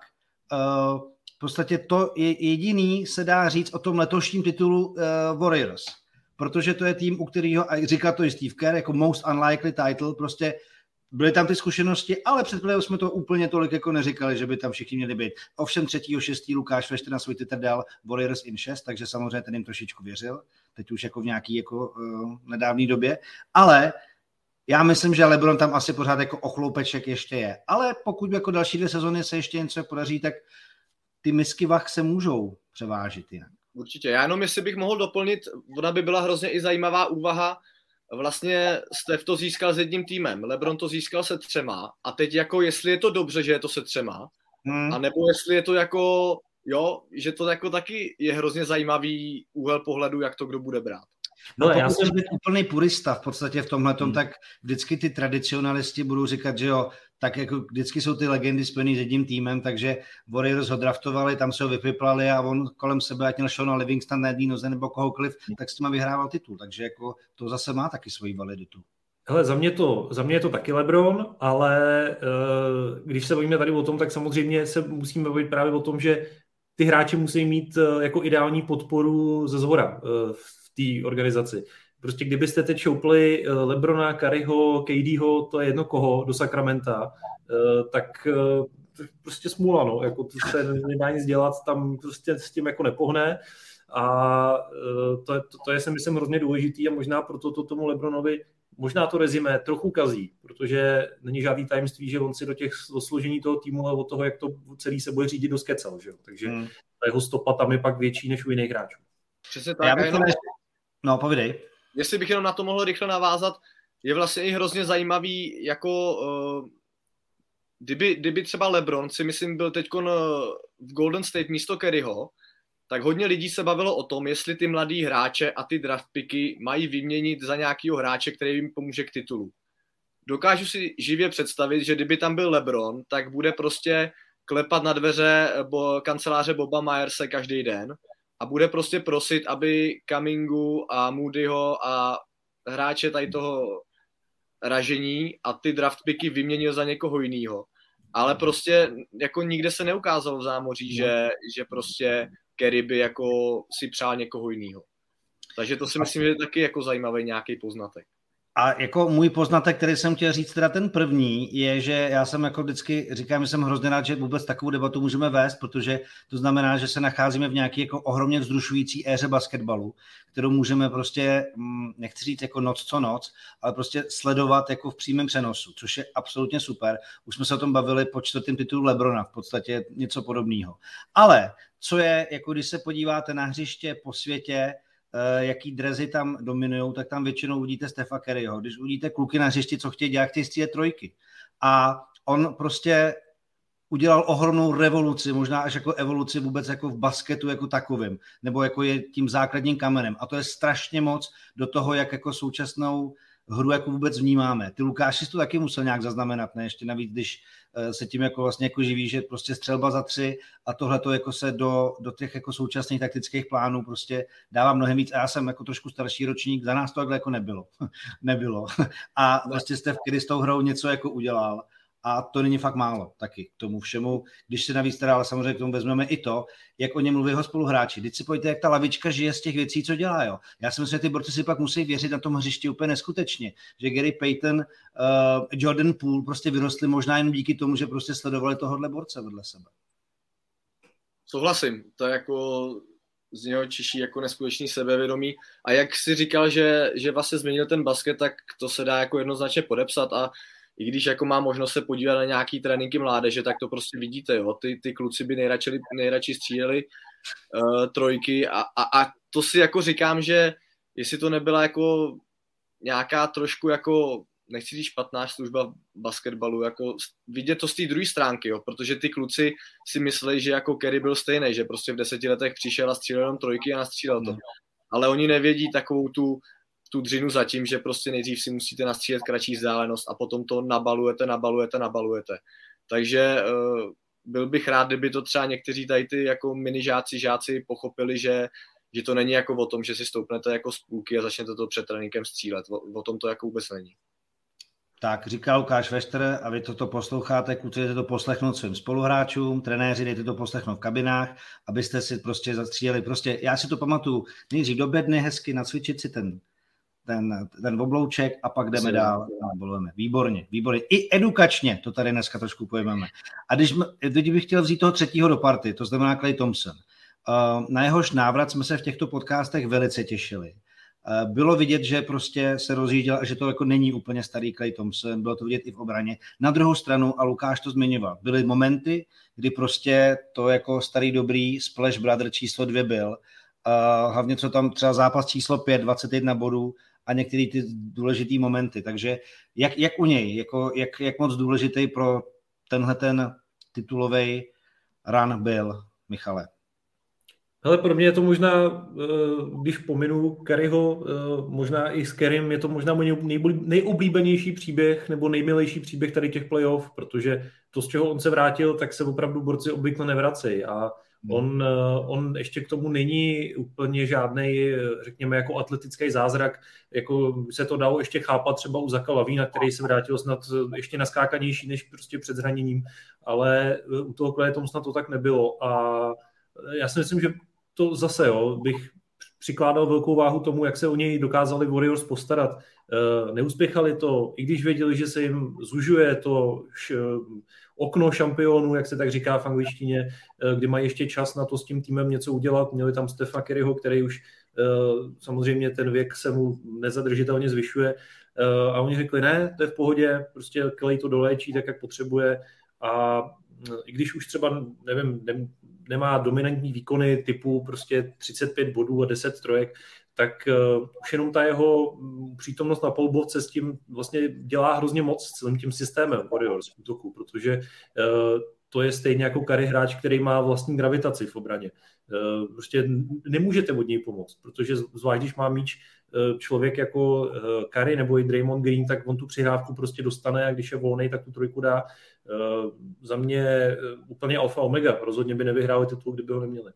v podstatě to je jediný se dá říct o tom letošním titulu Warriors. Protože to je tým, u kterého, a říká to i Steve Kerr, jako most unlikely title, prostě byly tam ty zkušenosti, ale před playoff jsme to úplně tolik jako neříkali, že by tam všichni měli být. Ovšem 3.6. Lukáš Fešte na svůj Twitter dal Warriors in 6, takže samozřejmě ten jim trošičku věřil, teď už jako v nějaký jako nedávné době, ale já myslím, že LeBron tam asi pořád jako ochloupeček ještě je. Ale pokud jako další 2 sezony se ještě něco podaří, tak ty misky vah se můžou převážit jinak. Určitě. Já jenom, jestli bych mohl doplnit, ona by byla hrozně i zajímavá úvaha. Vlastně Steph to získal s jedním týmem, LeBron to získal se 3 a teď jako, jestli je to dobře, že je to se 3, anebo jestli je to jako, jo, že to jako taky je hrozně zajímavý úhel pohledu, jak to kdo bude brát. No, já jsem být úplný purista v podstatě v tomhletom, tak vždycky ty tradicionalisti budou říkat, že jo, tak jako vždycky jsou ty legendy spojený s jedním týmem, takže Warriors ho draftovali, tam se ho vypiplali a on kolem sebe, ať měl Shona Livingston na jedné noze nebo kohokoliv, tak s tím vyhrával titul, takže jako to zase má taky svoji validitu. Hele, za mě je to taky LeBron, ale když se bavíme tady o tom, tak samozřejmě se musíme bavit právě o tom, že ty hráči musí mít jako ideální podporu ze zhora v té organizaci. Prostě kdybyste teď šoupli LeBrona, Curryho, KDho, to je jedno koho, do Sacramenta, tak prostě smůla, no, jako to se nedá nic dělat, tam prostě s tím jako nepohne a to je, si myslím, hrozně důležitý a možná proto to tomu LeBronovi možná to rezime trochu kazí, protože není žádný tajemství, že on si do složení toho týmu a od toho, jak to celý se bude řídit, doskecal, že jo, takže ta jeho stopa tam je pak větší než u jiných hráčů. Přesně tak. No, povídej. Jestli bych jenom na to mohl rychle navázat, je vlastně i hrozně zajímavý, jako kdyby třeba LeBron si myslím byl teďkon v Golden State místo Curryho, tak hodně lidí se bavilo o tom, jestli ty mladý hráče a ty draft picky mají vyměnit za nějakýho hráče, který jim pomůže k titulu. Dokážu si živě představit, že kdyby tam byl LeBron, tak bude prostě klepat na dveře kanceláře Boba Myerse každý den a bude prostě prosit, aby Kumingu a Moodyho a hráče tady toho ražení a ty draft picky vyměnil za někoho jinýho. Ale prostě jako nikde se neukázalo v zámoří, že prostě Curry by jako si přál někoho jinýho. Takže to si myslím, že je taky jako zajímavý nějaký poznatek. A jako můj poznatek, který jsem chtěl říct, teda ten první, je, že já jsem jako vždycky říkám, že jsem hrozně rád, že vůbec takovou debatu můžeme vést, protože to znamená, že se nacházíme v nějaké jako ohromně vzrušující éře basketbalu, kterou můžeme prostě, nechci říct jako noc co noc, ale prostě sledovat jako v přímém přenosu, což je absolutně super. Už jsme se o tom bavili po 4. titulu LeBrona, v podstatě něco podobného. Ale co je, jako když se podíváte na hřiště po světě, jaký dresy tam dominují, tak tam většinou uvidíte Stefa Curryho. Když uvidíte kluky na hřišti, co chtějí dělat, chtějí střílet trojky. A on prostě udělal ohromnou revoluci, možná až jako evoluci vůbec jako v basketu jako takovým, nebo jako je tím základním kamenem. A to je strašně moc do toho, jak jako současnou hru jako vůbec vnímáme. Ty Lukáši to taky musel nějak zaznamenat, ne? Ještě navíc, když se tím jako vlastně jako živí, že prostě střelba za 3 a tohle to jako se do těch jako současných taktických plánů prostě dává mnohem víc. A já jsem jako trošku starší ročník, za nás to takhle jako nebylo. A vlastně Steph Curry s tou hrou něco jako udělal. A to není fakt málo taky k tomu všemu, když se navíc teda, ale samozřejmě k tomu vezmeme i to, jak o něm mluví jeho spoluhráči. Teď si pojďte, jak ta lavička žije z těch věcí, co dělá. Jo. Já si myslím, že ty borci si pak musí věřit na tom hřišti úplně neskutečně, že Gary Payton, Jordan Poole prostě vyrostli možná jen díky tomu, že prostě sledovali tohohle borce vedle sebe. Souhlasím, to je jako z něho čiší jako neskutečný sebevědomí. A jak si říkal, že vlastně změnil ten basket, tak to se dá jako jednoznačně podepsat a i když jako má možnost se podívat na nějaký tréninky mládeže, tak to prostě vidíte, jo. Ty kluci by nejradši stříleli trojky a to si jako říkám, že jestli to nebyla jako nějaká trošku jako, nechci říct špatná služba basketbalu, jako vidět to z té druhé stránky, jo, protože ty kluci si mysleli, že jako Curry byl stejný, že prostě v 10 letech přišel a střílel jenom trojky a nastřílel to. Ale oni nevědí takovou tu dřinu zatím, že prostě nejdřív si musíte nastřílet kratší vzdálenost a potom to nabalujete. Takže byl bych rád, kdyby to třeba někteří tady ty jako žáci pochopili, že to není jako o tom, že si stoupnete jako z půlky a začnete to před tréninkem střílet. O tom to jako vůbec není. Tak říká Lukáš Vester a vy toto posloucháte, kluci, dejte to poslechnout svým spoluhráčům, trenéři, dejte to poslechnout v kabinách, abyste si prostě zastříleli. Prostě já si to pamatuju, nejdřív do bedny hezky nacvičit si ten oblouček a pak jdeme dál a bolujeme. Výborně. I edukačně to tady dneska trošku pojmeme. A když bych chtěl vzít toho 3. do party, to znamená Klay Thompson, na jehož návrat jsme se v těchto podcastech velice těšili. Bylo vidět, že prostě se rozjížděl a že to jako není úplně starý Klay Thompson, bylo to vidět i v obraně. Na druhou stranu, a Lukáš to zmiňoval, byly momenty, kdy prostě to jako starý dobrý Splash Brother číslo 2 byl. Hlavně co tam třeba zápas číslo 5, 21 bodů a některé ty důležitý momenty. Takže jak u něj, jako jak moc důležitý pro tenhle ten titulový run byl, Michale? Hele, pro mě je to možná, když pominu Curryho, možná i s Currym, je to možná nejoblíbenější příběh nebo nejmilejší příběh tady těch playoff, protože to, z čeho on se vrátil, tak se opravdu borci obvykle nevracejí a on ještě k tomu není úplně žádnej, řekněme, jako atletický zázrak, jako se to dalo ještě chápat třeba u Zaka Lavína, který se vrátil snad ještě naskákanější než prostě před zraněním, ale u toho Claye Thompsona to tak nebylo a já si myslím, že to zase bych přikládal velkou váhu tomu, jak se o něj dokázali Warriors postarat. Neuspěchali to, i když věděli, že se jim zužuje to okno šampionů, jak se tak říká v angličtině, kdy mají ještě čas na to s tím týmem něco udělat. Měli tam Stepha Curryho, který už samozřejmě ten věk se mu nezadržitelně zvyšuje. A oni řekli, ne, to je v pohodě, prostě Clay to doléčí tak, jak potřebuje. A i když už třeba, nevím, nemá dominantní výkony typu prostě 35 bodů a 10 trojek, tak už jenom ta jeho přítomnost na polbovce s tím vlastně dělá hrozně moc s celým tím systémem Warriors v útoku, protože to je stejně jako Curry hráč, který má vlastní gravitaci v obraně. Prostě nemůžete od něj pomoct, protože zvlášť, když má míč člověk jako Curry nebo i Draymond Green, tak on tu přihrávku prostě dostane a když je volnej, tak tu trojku dá. Za mě úplně alfa omega. Rozhodně by nevyhráli titul, kdyby ho neměli.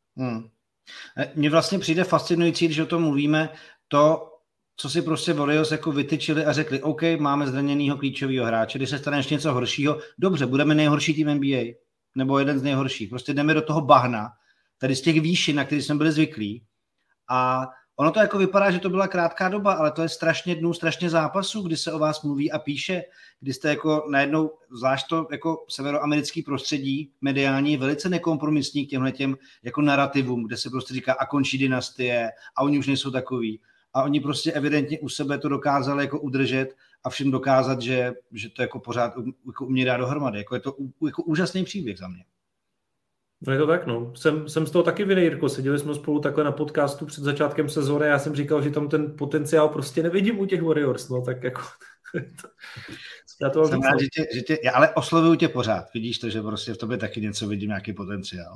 Mně vlastně přijde fascinující, když o tom mluvíme, to, co si prostě Warriors jako vytyčili a řekli, OK, máme zraněnýho klíčového hráče, když se stane ještě něco horšího, dobře, budeme nejhorší tým NBA, nebo jeden z nejhorších. Prostě jdeme do toho bahna, tady z těch výšin, na který jsme byli zvyklí. A ono to jako vypadá, že to byla krátká doba, ale to je strašně dnů, strašně zápasů, kdy se o vás mluví a píše, kdy jste jako najednou, zvlášť to jako severoamerický prostředí mediální, velice nekompromisní k těmhletěm jako narrativům, kde se prostě říká a končí dynastie a oni už nejsou takový. A oni prostě evidentně u sebe to dokázali jako udržet a všem dokázat, že to jako pořád jako umějí dát dohromady. Jako je to jako úžasný příběh za mě. No je to tak, no. Jsem z toho taky vinej, Jirko. Seděli jsme spolu takhle na podcastu před začátkem sezóny a já jsem říkal, že tam ten potenciál prostě nevidím u těch Warriors, no tak jako... Jsem rád, že tě, já ale oslovuju tě pořád. Vidíš to, že prostě v tobě taky něco vidím, nějaký potenciál.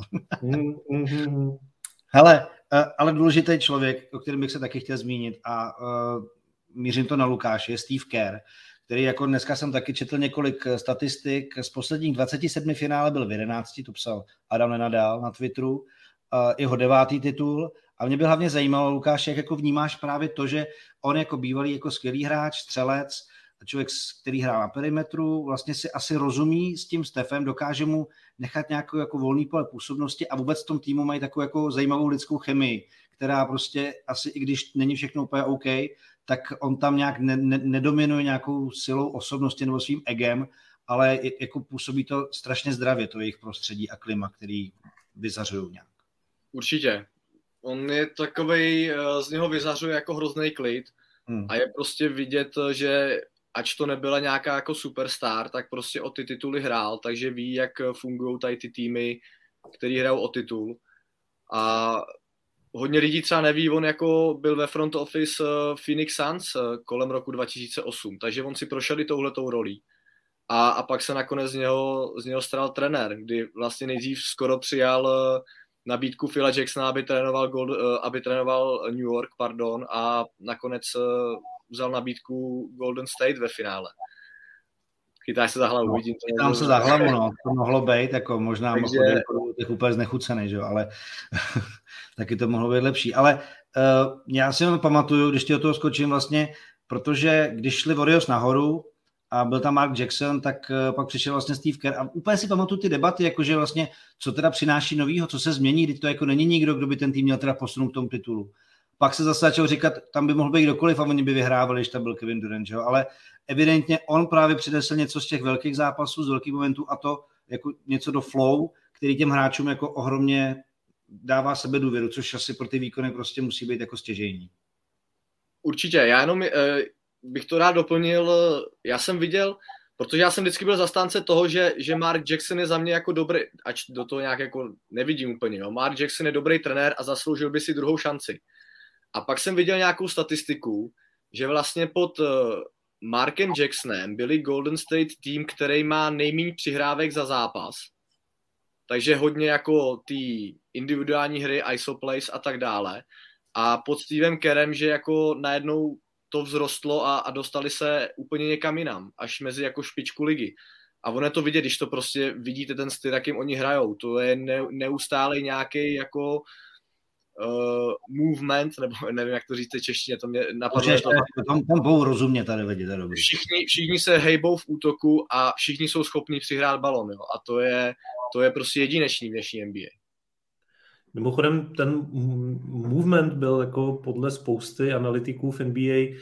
Hele, ale důležitý člověk, o kterém bych se taky chtěl zmínit a mířím to na Lukáše, je Steve Kerr, který jako dneska jsem taky četl několik statistik, z posledních 27 finále byl v 11, to psal Adam Nenadal na Twitteru, jeho 9. titul. A mě by hlavně zajímalo, Lukáš, jak jako vnímáš právě to, že on jako bývalý jako skvělý hráč, střelec, člověk, který hrál na perimetru, vlastně si asi rozumí s tím Stefem, dokáže mu nechat nějakou jako volný pole působnosti a vůbec v tom týmu mají takovou jako zajímavou lidskou chemii, která prostě asi, i když není všechno úplně OK, tak on tam nějak nedominuje nějakou silou osobnosti nebo svým egem, ale jako působí to strašně zdravě, to jejich prostředí a klima, který vyzařují nějak. Určitě. On je takovej, z něho vyzařuje jako hrozný klid a je prostě vidět, že ač to nebyla nějaká jako superstar, tak prostě o ty tituly hrál, takže ví, jak fungují tady ty týmy, který hrajou o titul. A hodně lidí třeba neví, on jako byl ve front office Phoenix Suns kolem roku 2008, takže on si prošel i touhletou rolí. A pak se nakonec z něho stal trenér, kdy vlastně nejdřív skoro přijal nabídku Phila Jacksona, aby trénoval New York, a nakonec vzal nabídku Golden State ve finále. Chytáš se za hlavu, vidím to. Chytám se za hlavu, no. To mohlo být, jako možná těch úplně znechucený, že jo, ale taky to mohlo být lepší. Ale já si jenom pamatuju, když ti o toho skočím vlastně, protože když šli Warriors nahoru a byl tam Mark Jackson, tak pak přišel vlastně Steve Kerr a úplně si pamatuju ty debaty, jakože vlastně, co teda přináší novýho, co se změní, když to jako není nikdo, kdo by ten tým měl teda posunout k tomu titulu. Pak se zase začal říkat, tam by mohl být kdokoliv a oni by vyhrávali, když tam byl Kevin Durant, že jo? Ale evidentně on právě přinesl něco z těch velkých zápasů, z velkých momentů a to jako něco do flow, který těm hráčům jako ohromně dává sebedůvěru, což asi pro ty výkony prostě musí být jako stěžejní. Určitě, já jenom bych to rád doplnil, já jsem viděl, protože já jsem vždycky byl zastánce toho, že Mark Jackson je za mě jako dobrý, ač do toho nějak jako nevidím úplně, jo. Mark Jackson je dobrý trenér a zasloužil by si druhou šanci. A pak jsem viděl nějakou statistiku, že vlastně pod Markem Jacksonem byli Golden State tým, který má nejméně přihrávek za zápas. Takže hodně jako ty individuální hry, ISO plays a tak dále. A pod Stevem Kerrem, že jako najednou to vzrostlo a dostali se úplně někam jinam, až mezi jako špičku ligy. A ono je to vidět, když to prostě vidíte ten styl, jakým oni hrajou. To je neustále nějaký jako movement, nebo nevím, jak to říct češtině, to mě napadlo. Tam budou rozumět tady lidi, to je dobrý. Všichni se hejbou v útoku a všichni jsou schopni přihrát balon, jo. A to je prostě jedinečný v dnešní NBA. Mimochodem ten movement byl jako podle spousty analytiků v NBA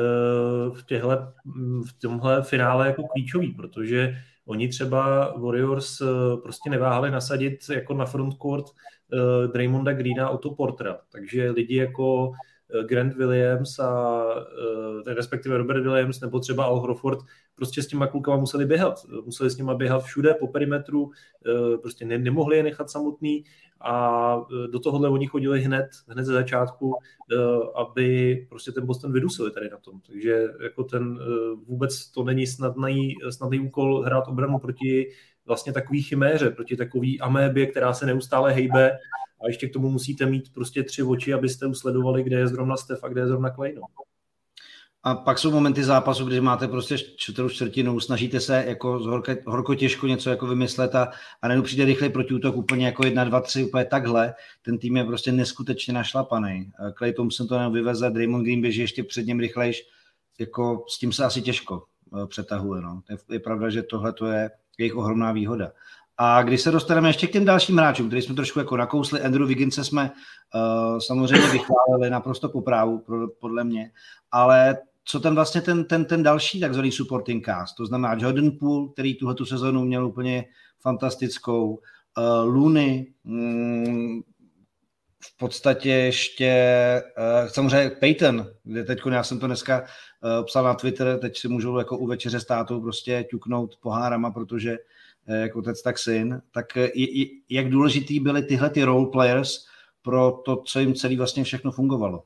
v tomhle finále jako klíčový, protože oni třeba Warriors prostě neváhali nasadit jako na frontcourt Draymonda Greena, Otto Portera, takže lidi jako Grant Williams a respektive Robert Williams nebo třeba Al Horford prostě s těma klukama museli běhat. Museli s nima běhat všude po perimetru, prostě nemohli je nechat samotný a do tohohle oni chodili hned ze začátku, aby prostě ten Boston vydusili tady na tom. Takže jako vůbec to není snadný úkol hrát obranu proti vlastně takový chiméře, proti takový amébě, která se neustále hejbe a ještě k tomu musíte mít prostě 3 oči, abyste usledovali, kde je zrovna Steph a kde je zrovna Clay. A pak jsou momenty zápasu, kdy máte prostě čtvrtinu, snažíte se jako horko těžko něco jako vymyslet a najednou přijde rychlej protiútok úplně jako 1, 2, 3, úplně takhle. Ten tým je prostě neskutečně našlapaný. Clay Thompson to nevyveze, Draymond Green běží ještě před ním rychlejš, jako s tím se asi těžko přetahuje. No. Je pravda, že tohle to je jejich ohromná výhoda. A když se dostaneme ještě k těm dalším hráčům, který jsme trošku jako nakousli, Andrew Wigginse jsme samozřejmě vychválili naprosto po právu, podle mě, ale co ten vlastně ten další takzvaný supporting cast, to znamená Jordan Poole, který tuhletu sezonu měl úplně fantastickou, Looney, v podstatě ještě samozřejmě Peyton, kde teď já jsem to dneska psal na Twitter, teď si můžu jako u večeře s tátou prostě ťuknout pohárama, protože jak otec tak syn, tak jak důležitý byly tyhle ty role players pro to, co jim celý vlastně všechno fungovalo?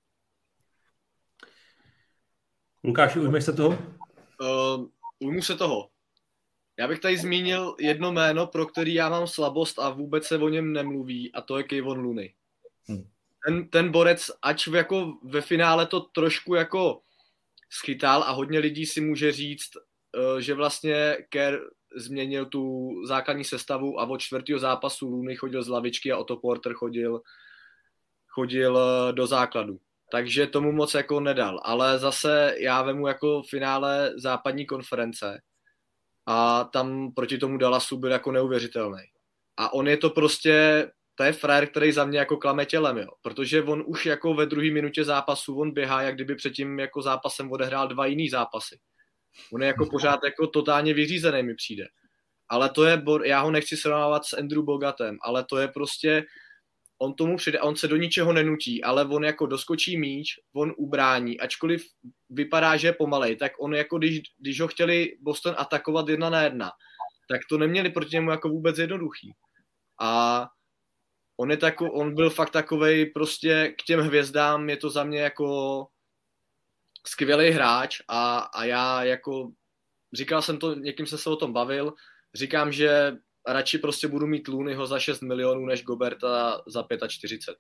Lukáši, ujmeš se toho? Ujmu se toho. Já bych tady zmínil jedno jméno, pro který já mám slabost a vůbec se o něm nemluví, a to je Kevon Looney. Ten borec, ač jako ve finále to trošku jako schytal a hodně lidí si může říct, že vlastně Kerr změnil tu základní sestavu a od 4. zápasu Looney chodil z lavičky a Otto Porter chodil do základu. Takže tomu moc jako nedal. Ale zase já vemu jako finále západní konference a tam proti tomu Dallasu byl jako neuvěřitelný. A on je to prostě, to je frajer, který za mě jako klame tělem, jo. Protože on už jako ve 2. minutě zápasu, on běhá, jak kdyby předtím jako zápasem odehrál 2 jiný zápasy. On je jako pořád jako totálně vyřízený, mi přijde. Ale to je, já ho nechci srovnávat s Andrew Bogatem, ale to je prostě, on tomu přijde, on se do ničeho nenutí, ale on jako doskočí míč, on ubrání, ačkoliv vypadá, že je pomalej, tak on jako když ho chtěli Boston atakovat 1 na 1, tak to neměli proti němu jako vůbec jednoduchý. A on byl fakt takovej prostě k těm hvězdám, je to za mě jako skvělý hráč a já jako říkal jsem to, někým jsem se o tom bavil, říkám, že radši prostě budu mít Looneyho za 6 milionů než Goberta za 45.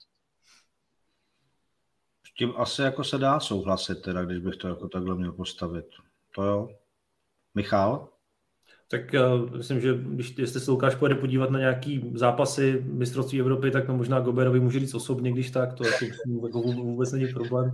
S tím asi jako se dá souhlasit, teda, když bych to jako takhle měl postavit. To jo. Michal? Tak myslím, že jestli se Lukáš pojede podívat na nějaký zápasy mistrovství Evropy, tak to možná Goberovi může říct osobně, když tak, to jako vůbec není problém.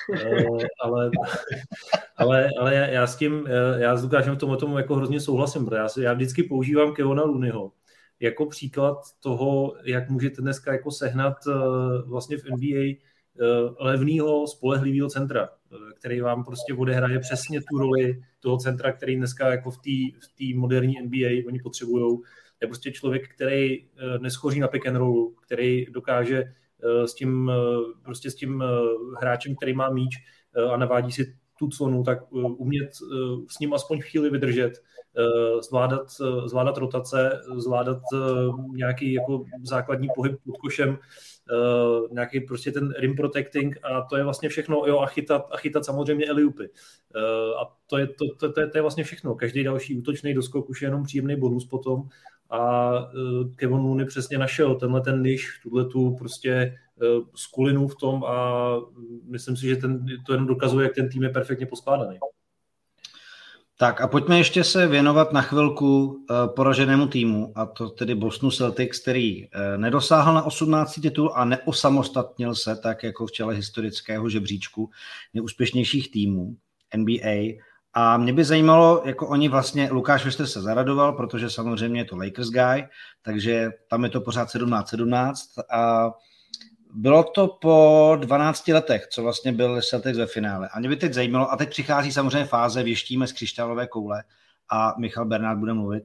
Ale já s Lukášem v tomu jako hrozně souhlasím, protože já vždycky používám Kevona Looneyho jako příklad toho, jak můžete dneska jako sehnat vlastně v NBA levného, spolehlivého centra, který vám prostě odehraje přesně tu roli toho centra, který dneska jako v té moderní NBA oni potřebujou. Je prostě člověk, který neschoří na pick and rollu, který dokáže s tím hráčem, který má míč a navádí si tu clonu, tak umět s ním aspoň chvíli vydržet, zvládat rotace, zvládat nějaký jako základní pohyb pod košem, nějaký prostě ten rim protecting a to je vlastně všechno, jo, a chytat samozřejmě alley-oopy. A to je vlastně všechno. Každý další útočný doskok už je jenom příjemný bonus potom a Kevin Looney přesně našel tenhle ten niž, tuhletu prostě skulinu v tom a myslím si, že to jenom dokazuje, jak ten tým je perfektně poskládaný. Tak a pojďme ještě se věnovat na chvilku poraženému týmu, a to tedy Bostonu Celtics, který nedosáhl na 18. titul a neosamostatnil se tak jako v čele historického žebříčku nejúspěšnějších týmů NBA. A mě by zajímalo, jako oni vlastně, Lukáš, vy jste se zaradoval, protože samozřejmě je to Lakers guy, takže tam je to pořád 17-17 a bylo to po 12 letech, co vlastně byl Celtics ve finále. A mě by teď zajímalo, a teď přichází samozřejmě fáze, věštíme z křišťálové koule a Michal Bernard bude mluvit.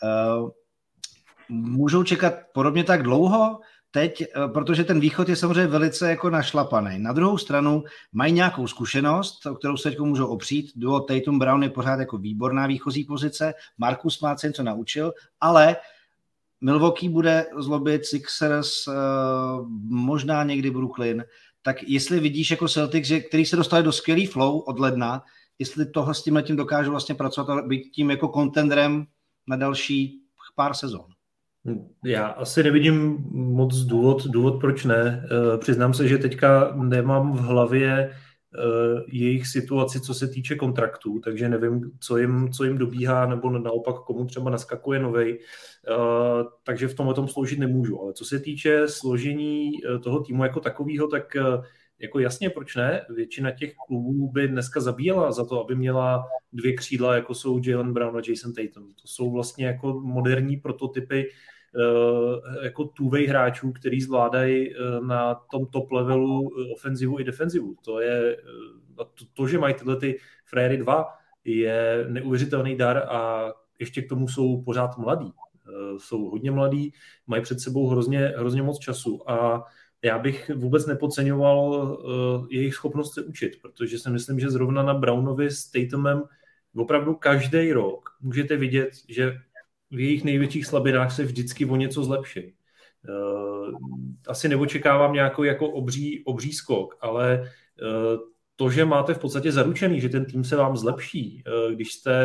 Můžou čekat podobně tak dlouho teď, protože ten východ je samozřejmě velice jako našlapaný. Na druhou stranu mají nějakou zkušenost, o kterou se teď můžou opřít. Duo Tatum Brown je pořád jako výborná výchozí pozice, Marcus Smart se něco naučil, ale Milwaukee bude zlobit, Sixers, možná někdy Brooklyn, tak jestli vidíš jako Celtics, který se dostali do skvělý flow od ledna, jestli toho s tímhletím dokážu vlastně pracovat a být tím jako contendrem na další pár sezon. Já asi nevidím moc důvod proč ne. Přiznám se, že teďka nemám v hlavě jejich situaci, co se týče kontraktů, takže nevím, co jim dobíhá, nebo naopak komu třeba naskakuje novej, takže v tomhle tom sloužit nemůžu. Ale co se týče složení toho týmu jako takového, tak jako jasně, proč ne? Většina těch klubů by dneska zabíjela za to, aby měla 2 křídla, jako jsou Jaylen Brown a Jason Tatum. To jsou vlastně jako moderní prototypy jako two-way hráčů, který zvládají na tom top levelu ofenzivu i defenzivu. To, že mají tyhle ty frajery 2, je neuvěřitelný dar a ještě k tomu jsou pořád mladí. Jsou hodně mladí, mají před sebou hrozně moc času a já bych vůbec nepodceňoval jejich schopnost se učit, protože si myslím, že zrovna na Brownovi s Tatumem opravdu každý rok můžete vidět, že v jejich největších slabinách se vždycky o něco zlepší. Asi neočekávám nějaký jako obří skok, ale to, že máte v podstatě zaručený, že ten tým se vám zlepší, když jste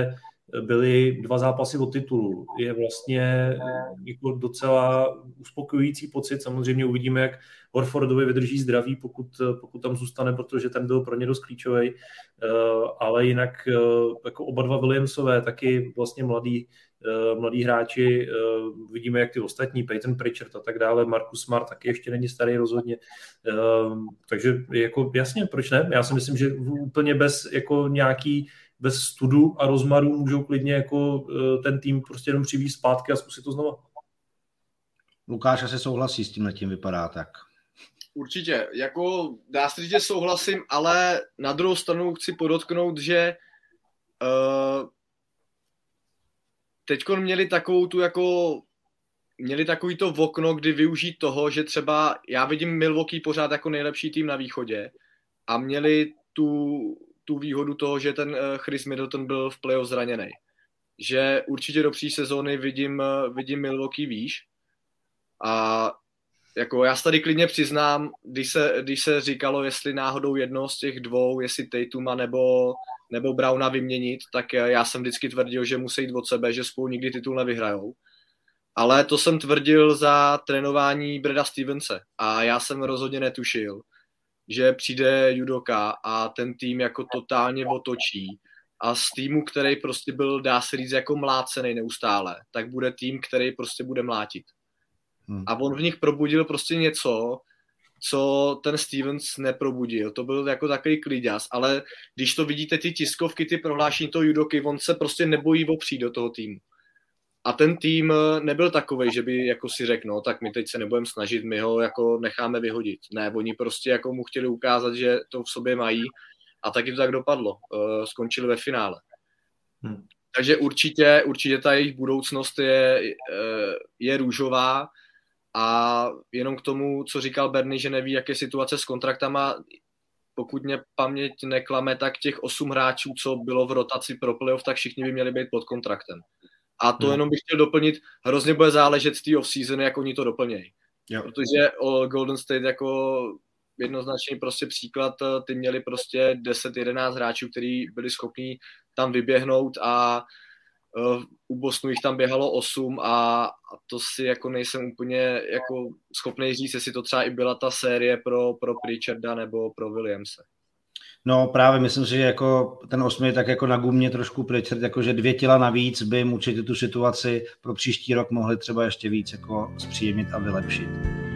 byly 2 zápasy o titulu. Je vlastně jako docela uspokojující pocit. Samozřejmě uvidíme, jak Horfordovi vydrží zdraví, pokud tam zůstane, protože ten byl pro ně dost klíčový. Ale jinak jako oba dva Williamsové, taky vlastně mladí hráči, vidíme, jak ty ostatní, Peyton Pritchard a tak dále, Marcus Smart taky ještě není starý rozhodně. Takže jako jasně, proč ne? Já si myslím, že úplně bez studu a rozmaru můžou klidně jako ten tým prostě jenom přivést zpátky a zkusit to znova. Lukáš asi souhlasí s tímhletím, vypadá tak. Určitě, jako dá se říct, že souhlasím, ale na druhou stranu chci podotknout, že teďkon měli takový to okno, kdy využít toho, že třeba já vidím Milwaukee pořád jako nejlepší tým na východě a měli tu výhodu toho, že ten Chris Middleton byl v playoff zraněnej. Že určitě do příští sezóny vidím Milwaukee výš a jako já se tady klidně přiznám, když se říkalo, jestli náhodou jedno z těch dvou, jestli Tatuma nebo Browna vyměnit, tak já jsem vždycky tvrdil, že musí jít od sebe, že spolu nikdy titul nevyhrajou. Ale to jsem tvrdil za trénování Brada Stevense a já jsem rozhodně netušil, že přijde Udoka a ten tým jako totálně otočí a z týmu, který prostě byl, dá se říct, jako mlácený neustále, tak bude tým, který prostě bude mlátit. A on v nich probudil prostě něco, co ten Stevens neprobudil. To byl jako takový kliďas, ale když to vidíte ty tiskovky, ty prohlášení toho Udoky, on se prostě nebojí opřít do toho týmu. A ten tým nebyl takovej, že by jako si řekl, no tak my teď se nebudeme snažit, my ho jako necháme vyhodit. Ne, oni prostě jako mu chtěli ukázat, že to v sobě mají a taky to tak dopadlo. Skončili ve finále. Takže určitě ta jejich budoucnost je růžová a jenom k tomu, co říkal Bernie, že neví, jaké situace s kontraktama, pokud mě paměť neklame, tak těch 8 hráčů, co bylo v rotaci pro playoff, tak všichni by měli být pod kontraktem. A to jenom bych chtěl doplnit, hrozně bude záležet z té off-season, jak oni to doplnějí. Protože Golden State jako jednoznačný prostě příklad, ty měli prostě 10-11 hráčů, kteří byli schopní tam vyběhnout a u Bostonu jich tam běhalo 8 a to si jako nejsem úplně jako schopný říct, jestli to třeba i byla ta série pro Pritcharda nebo pro Williamse. No právě myslím si, že jako ten 8 je tak jako na gumě trošku Pritchard, jako že 2 těla navíc by mu určitě tu situaci pro příští rok mohli třeba ještě víc jako zpříjemnit a vylepšit.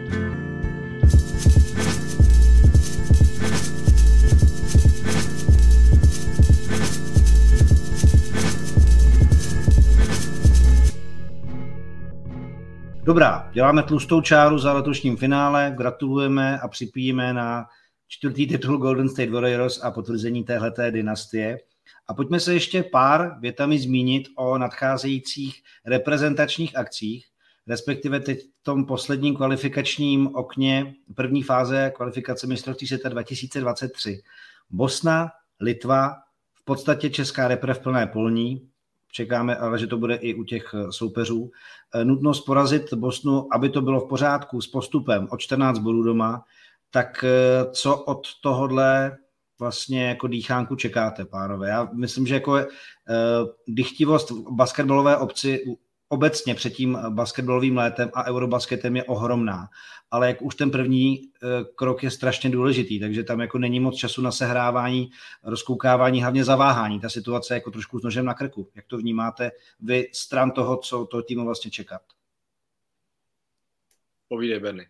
Dobrá, děláme tlustou čáru za letošním finále, gratulujeme a připíjíme na 4. titul Golden State Warriors a potvrzení téhleté dynastie. A pojďme se ještě pár větami zmínit o nadcházejících reprezentačních akcích, respektive teď v tom posledním kvalifikačním okně první fáze kvalifikace mistrovství světa 2023. Bosna, Litva, v podstatě česká repre v plné polní. Čekáme, ale že to bude i u těch soupeřů. Nutnost porazit Bosnu, aby to bylo v pořádku s postupem o 14 bodů doma. Tak co od tohohle vlastně jako dýchánku čekáte, pánové? Já myslím, že jako dychtivost v basketbalové obci obecně před tím basketbalovým létem a Eurobasketem je ohromná, ale jak už ten první krok je strašně důležitý, takže tam jako není moc času na sehrávání, rozkoukávání, hlavně zaváhání. Ta situace je jako trošku s nožem na krku. Jak to vnímáte vy stran toho, co toho týmu vlastně čekat? Povídej, Bernie.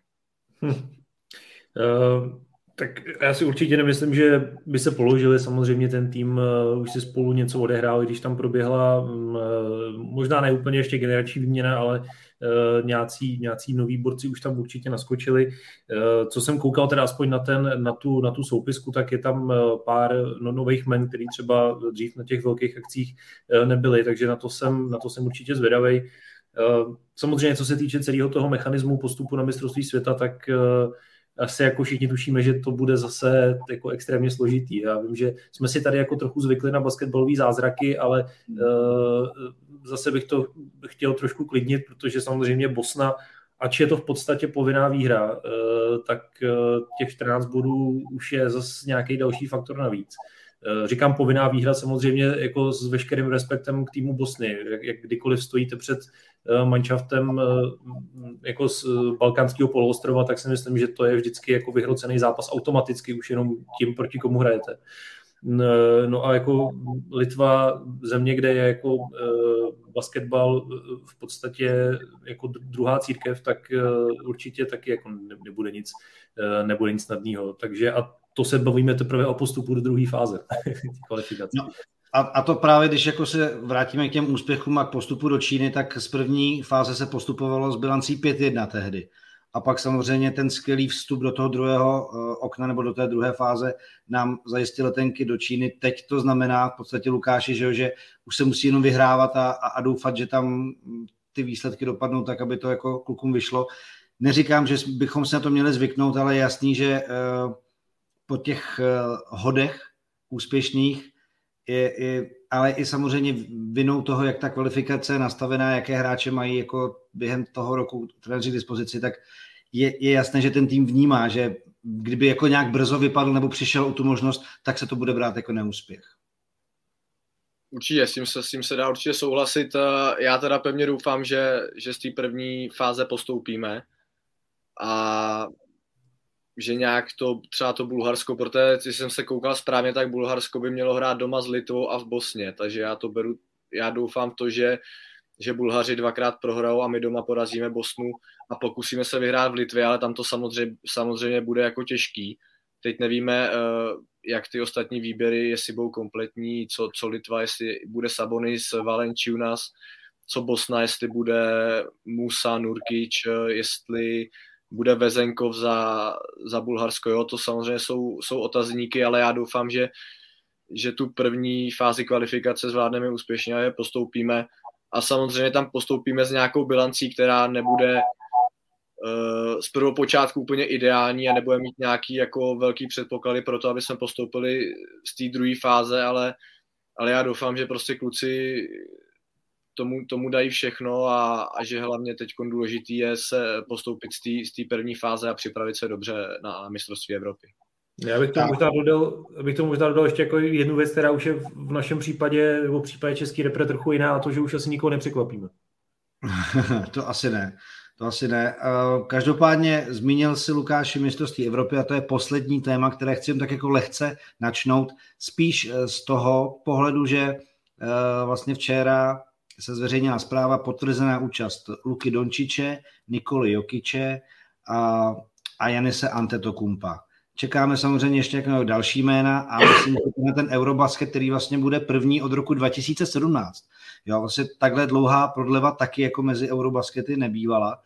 Tak já si určitě nemyslím, že by se položili. Samozřejmě ten tým už si spolu něco odehrál, když tam proběhla možná ne úplně ještě generační výměna, ale nějací noví borci už tam určitě naskočili. Co jsem koukal teda aspoň na tu soupisku, tak je tam pár nových men, který třeba dřív na těch velkých akcích nebyly, takže na to jsem určitě zvědavej. Samozřejmě, co se týče celého toho mechanismu postupu na mistrovství světa, tak asi jako všichni tušíme, že to bude zase jako extrémně složitý. Já vím, že jsme si tady jako trochu zvykli na basketbalový zázraky, ale zase bych to chtěl trošku klidnit, protože samozřejmě Bosna, ač je to v podstatě povinná výhra, tak těch 14 bodů už je zase nějaký další faktor navíc. Říkám povinná výhra samozřejmě jako s veškerým respektem k týmu Bosny. Jak kdykoliv stojíte před manšaftem jako z balkánského poloostrova, tak si myslím, že to je vždycky jako vyhrocený zápas automaticky, už jenom tím, proti komu hrajete. No a jako Litva, země, kde je jako basketbal v podstatě jako druhá církev, tak určitě taky jako nebude nic snadného. Takže a to se bavíme teprve o postupu do druhé fáze kvalifikace. No. A to právě, když jako se vrátíme k těm úspěchům a k postupu do Číny, tak z první fáze se postupovalo s bilancí 5-1 tehdy. A pak samozřejmě ten skvělý vstup do toho druhého okna nebo do té druhé fáze nám zajistil letenky do Číny. Teď to znamená v podstatě, Lukáši, že už se musí jenom vyhrávat a doufat, že tam ty výsledky dopadnou tak, aby to jako klukům vyšlo. Neříkám, že bychom se na to měli zvyknout, ale je jasný, že po těch hodech úspěšných ale i samozřejmě vinou toho, jak ta kvalifikace je nastavená, jaké hráče mají jako během toho roku trenéři k dispozici, tak je jasné, že ten tým vnímá, že kdyby jako nějak brzo vypadl nebo přišel o tu možnost, tak se to bude brát jako neúspěch. Určitě, s tím se dá určitě souhlasit. Já teda pevně doufám, že z té první fáze postoupíme a že nějak třeba to Bulharsko, protože když jsem se koukal správně, tak Bulharsko by mělo hrát doma s Litvou a v Bosně, takže já doufám v to, že Bulhaři dvakrát prohrajou a my doma porazíme Bosnu a pokusíme se vyhrát v Litvě, ale tam to samozřejmě bude jako těžký. Teď nevíme, jak ty ostatní výběry, jestli budou kompletní, co Litva, jestli bude Sabonis, Valanciunas, co Bosna, jestli bude Musa, Nurkic, jestli bude Vezenkov za Bulharsko. Jo, to samozřejmě jsou otazníky, ale já doufám, že tu první fázi kvalifikace zvládneme úspěšně a je postoupíme. A samozřejmě tam postoupíme s nějakou bilancí, která nebude z prvopočátku úplně ideální a nebude mít nějaký jako velký předpoklady pro to, aby jsme postoupili z té druhé fáze, ale já doufám, že prostě kluci tomu dají všechno a že hlavně teď důležitý je se postoupit z té první fáze a připravit se dobře na mistrovství Evropy. Já bych tomu možná dodal ještě jako jednu věc, která už je v našem případě, nebo v případě český repre trochu jiná, a to, že už asi nikoho nepřekvapíme. To asi ne. Každopádně zmínil si, Lukáši, mistrovství Evropy a to je poslední téma, které chci tak jako lehce načnout. Spíš z toho pohledu, že vlastně včera se zveřejnila zpráva potvrzená účast Luky Dončiče, Nikoly Jokiče a Janise Antetokounmpa. Čekáme samozřejmě ještě jako další jména a myslím, že ten Eurobasket, který vlastně bude první od roku 2017. Jo, vlastně takhle dlouhá prodleva taky jako mezi Eurobaskety nebývala.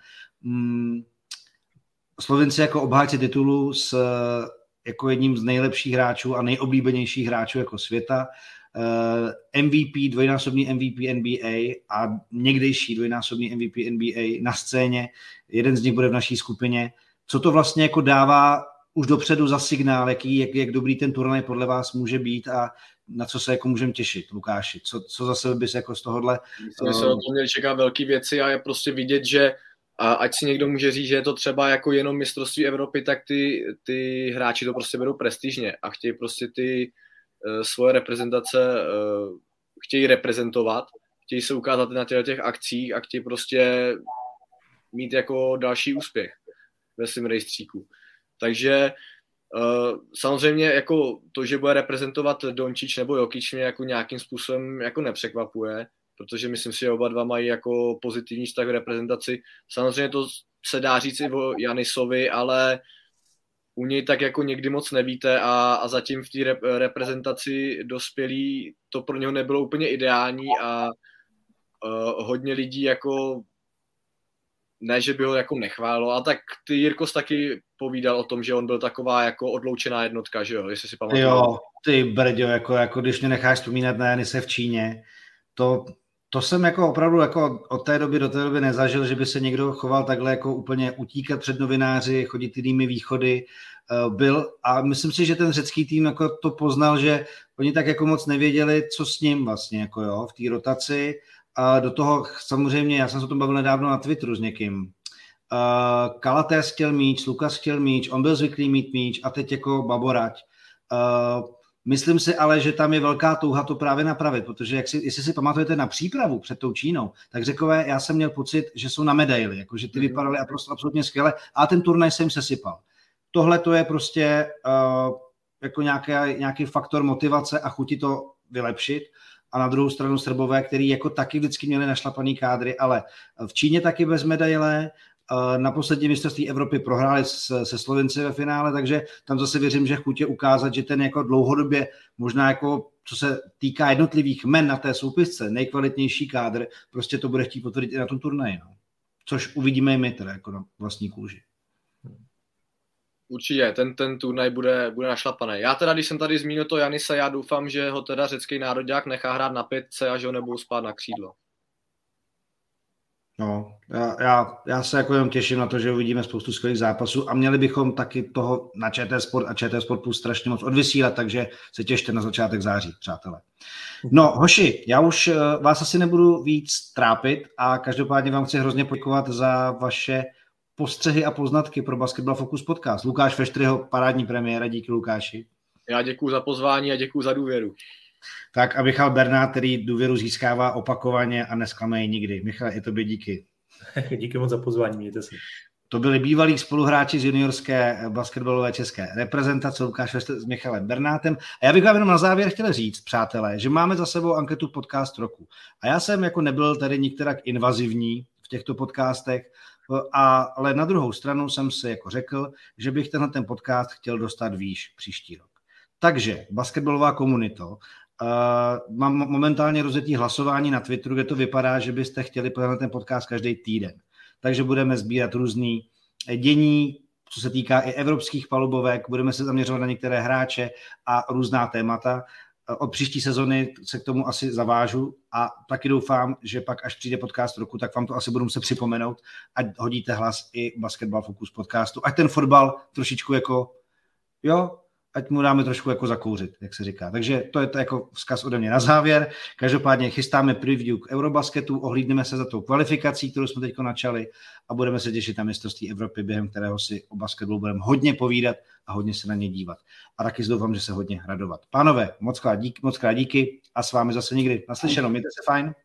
Slovinci jako obhájci titulu s jako jedním z nejlepších hráčů a nejoblíbenějších hráčů jako světa, MVP, dvojnásobný MVP NBA a někdejší dvojnásobný MVP NBA na scéně. Jeden z nich bude v naší skupině. Co to vlastně jako dává už dopředu za signál, jak dobrý ten turnaj podle vás může být a na co se jako můžeme těšit, Lukáši? Co za sebe bys jako z tohohle... Myslím, že se o tom měli čekat velký věci a je prostě vidět, že ať si někdo může říct, že je to třeba jako jenom mistrovství Evropy, tak ty hráči to prostě berou prestižně a chtějí prostě ty svoje reprezentace chtějí reprezentovat, chtějí se ukázat na těch akcích a chtějí prostě mít jako další úspěch ve svém rejstříku. Takže samozřejmě jako to, že bude reprezentovat Dončič nebo Jokic, mě jako nějakým způsobem jako nepřekvapuje, protože myslím si, že oba dva mají jako pozitivní vztah v reprezentaci. Samozřejmě to se dá říct i o Janisovi, ale u něj tak jako někdy moc nevíte a zatím v té reprezentaci dospělí to pro něho nebylo úplně ideální a hodně lidí jako ne, že by ho jako nechválilo, a tak ty Jirkos taky povídal o tom, že on byl taková jako odloučená jednotka, že jo, jestli si pamatuju. Jo, ty brďo, jako když mě necháš vzpomínat na Janise v Číně, to jsem jako opravdu jako od té doby do té doby nezažil, že by se někdo choval takhle jako úplně utíkat před novináři, chodit jinými východy, byl a myslím si, že ten řecký tým jako to poznal, že oni tak jako moc nevěděli, co s ním vlastně jako jo, v té rotaci. A do toho samozřejmě, já jsem se o tom bavil nedávno na Twitteru s někým. Kalatés chtěl míč, Lukas chtěl míč, on byl zvyklý mít míč a teď jako Baborať. Myslím si ale, že tam je velká touha to právě napravit, protože jestli si pamatujete na přípravu před tou Čínou, tak Řekové, já jsem měl pocit, že jsou na medaili, jakože ty vypadaly absolutně skvěle a ten turnaj se jim sesypal. Tohle to je prostě jako nějaký faktor motivace a chuti to vylepšit. A na druhou stranu Srbové, který jako taky vždycky měli našlapaný kádry, ale v Číně taky bez medaile. Na poslední mistrovství Evropy prohráli se Slovenci ve finále, takže tam zase věřím, že chutě ukázat, že ten jako dlouhodobě, možná jako co se týká jednotlivých men na té soupisce, nejkvalitnější kádr, prostě to bude chtít potvrdit i na tom turnaji. No. Což uvidíme i my teda jako na vlastní kůži. Určitě, ten turnaj bude našlapaný. Já teda, když jsem tady zmínil to Janise, já doufám, že ho teda řecký nároďák nechá hrát na 5 a že ho nebudou spát na křídlo. No, já se jako jenom těším na to, že uvidíme spoustu skvělých zápasů a měli bychom taky toho na ČT Sport a ČT Sport Plus strašně moc odvysílat, takže se těšte na začátek září, přátelé. No, hoši, já už vás asi nebudu víc trápit a každopádně vám chci hrozně poděkovat za vaše postřehy a poznatky pro Basketball Focus podcast. Lukáš Feštryho, parádní premiéra, díky Lukáši. Já děkuju za pozvání a děkuju za důvěru. Tak a Michal Bernát, který důvěru získává opakovaně a nesklame ji nikdy. Michal, i tobě díky. Díky moc za pozvání, mějte se. To byli bývalí spoluhráči z juniorské basketbalové české reprezentace Lukáš Feštr s Michalem Bernátem. A já bych vám jenom na závěr chtěl říct, přátelé, že máme za sebou anketu podcast roku. A já jsem jako nebyl tady nikterak invazivní v těchto podcastech, ale na druhou stranu jsem si jako řekl, že bych ten podcast chtěl dostat výš příští rok. Takže basketbalová komunito, mám momentálně rozjetý hlasování na Twitteru, kde to vypadá, že byste chtěli pořádat ten podcast každý týden. Takže budeme sbírat různý dění, co se týká i evropských palubovek, budeme se zaměřovat na některé hráče a různá témata. Od příští sezony se k tomu asi zavážu a taky doufám, že pak až přijde podcast roku, tak vám to asi budu muset připomenout, ať hodíte hlas i Basketball Focus podcastu, ať ten fotbal trošičku jako, ať mu dáme trošku jako zakouřit, jak se říká. Takže to je to jako vzkaz ode mě na závěr. Každopádně chystáme preview k Eurobasketu, ohlídneme se za tou kvalifikací, kterou jsme teď načali a budeme se těšit na mistrovství Evropy, během kterého si o basketbalu budeme hodně povídat a hodně se na ně dívat. A taky doufám, že se hodně radovat. Pánové, moc krát díky a s vámi zase někdy naslyšenou. Mějte se fajn.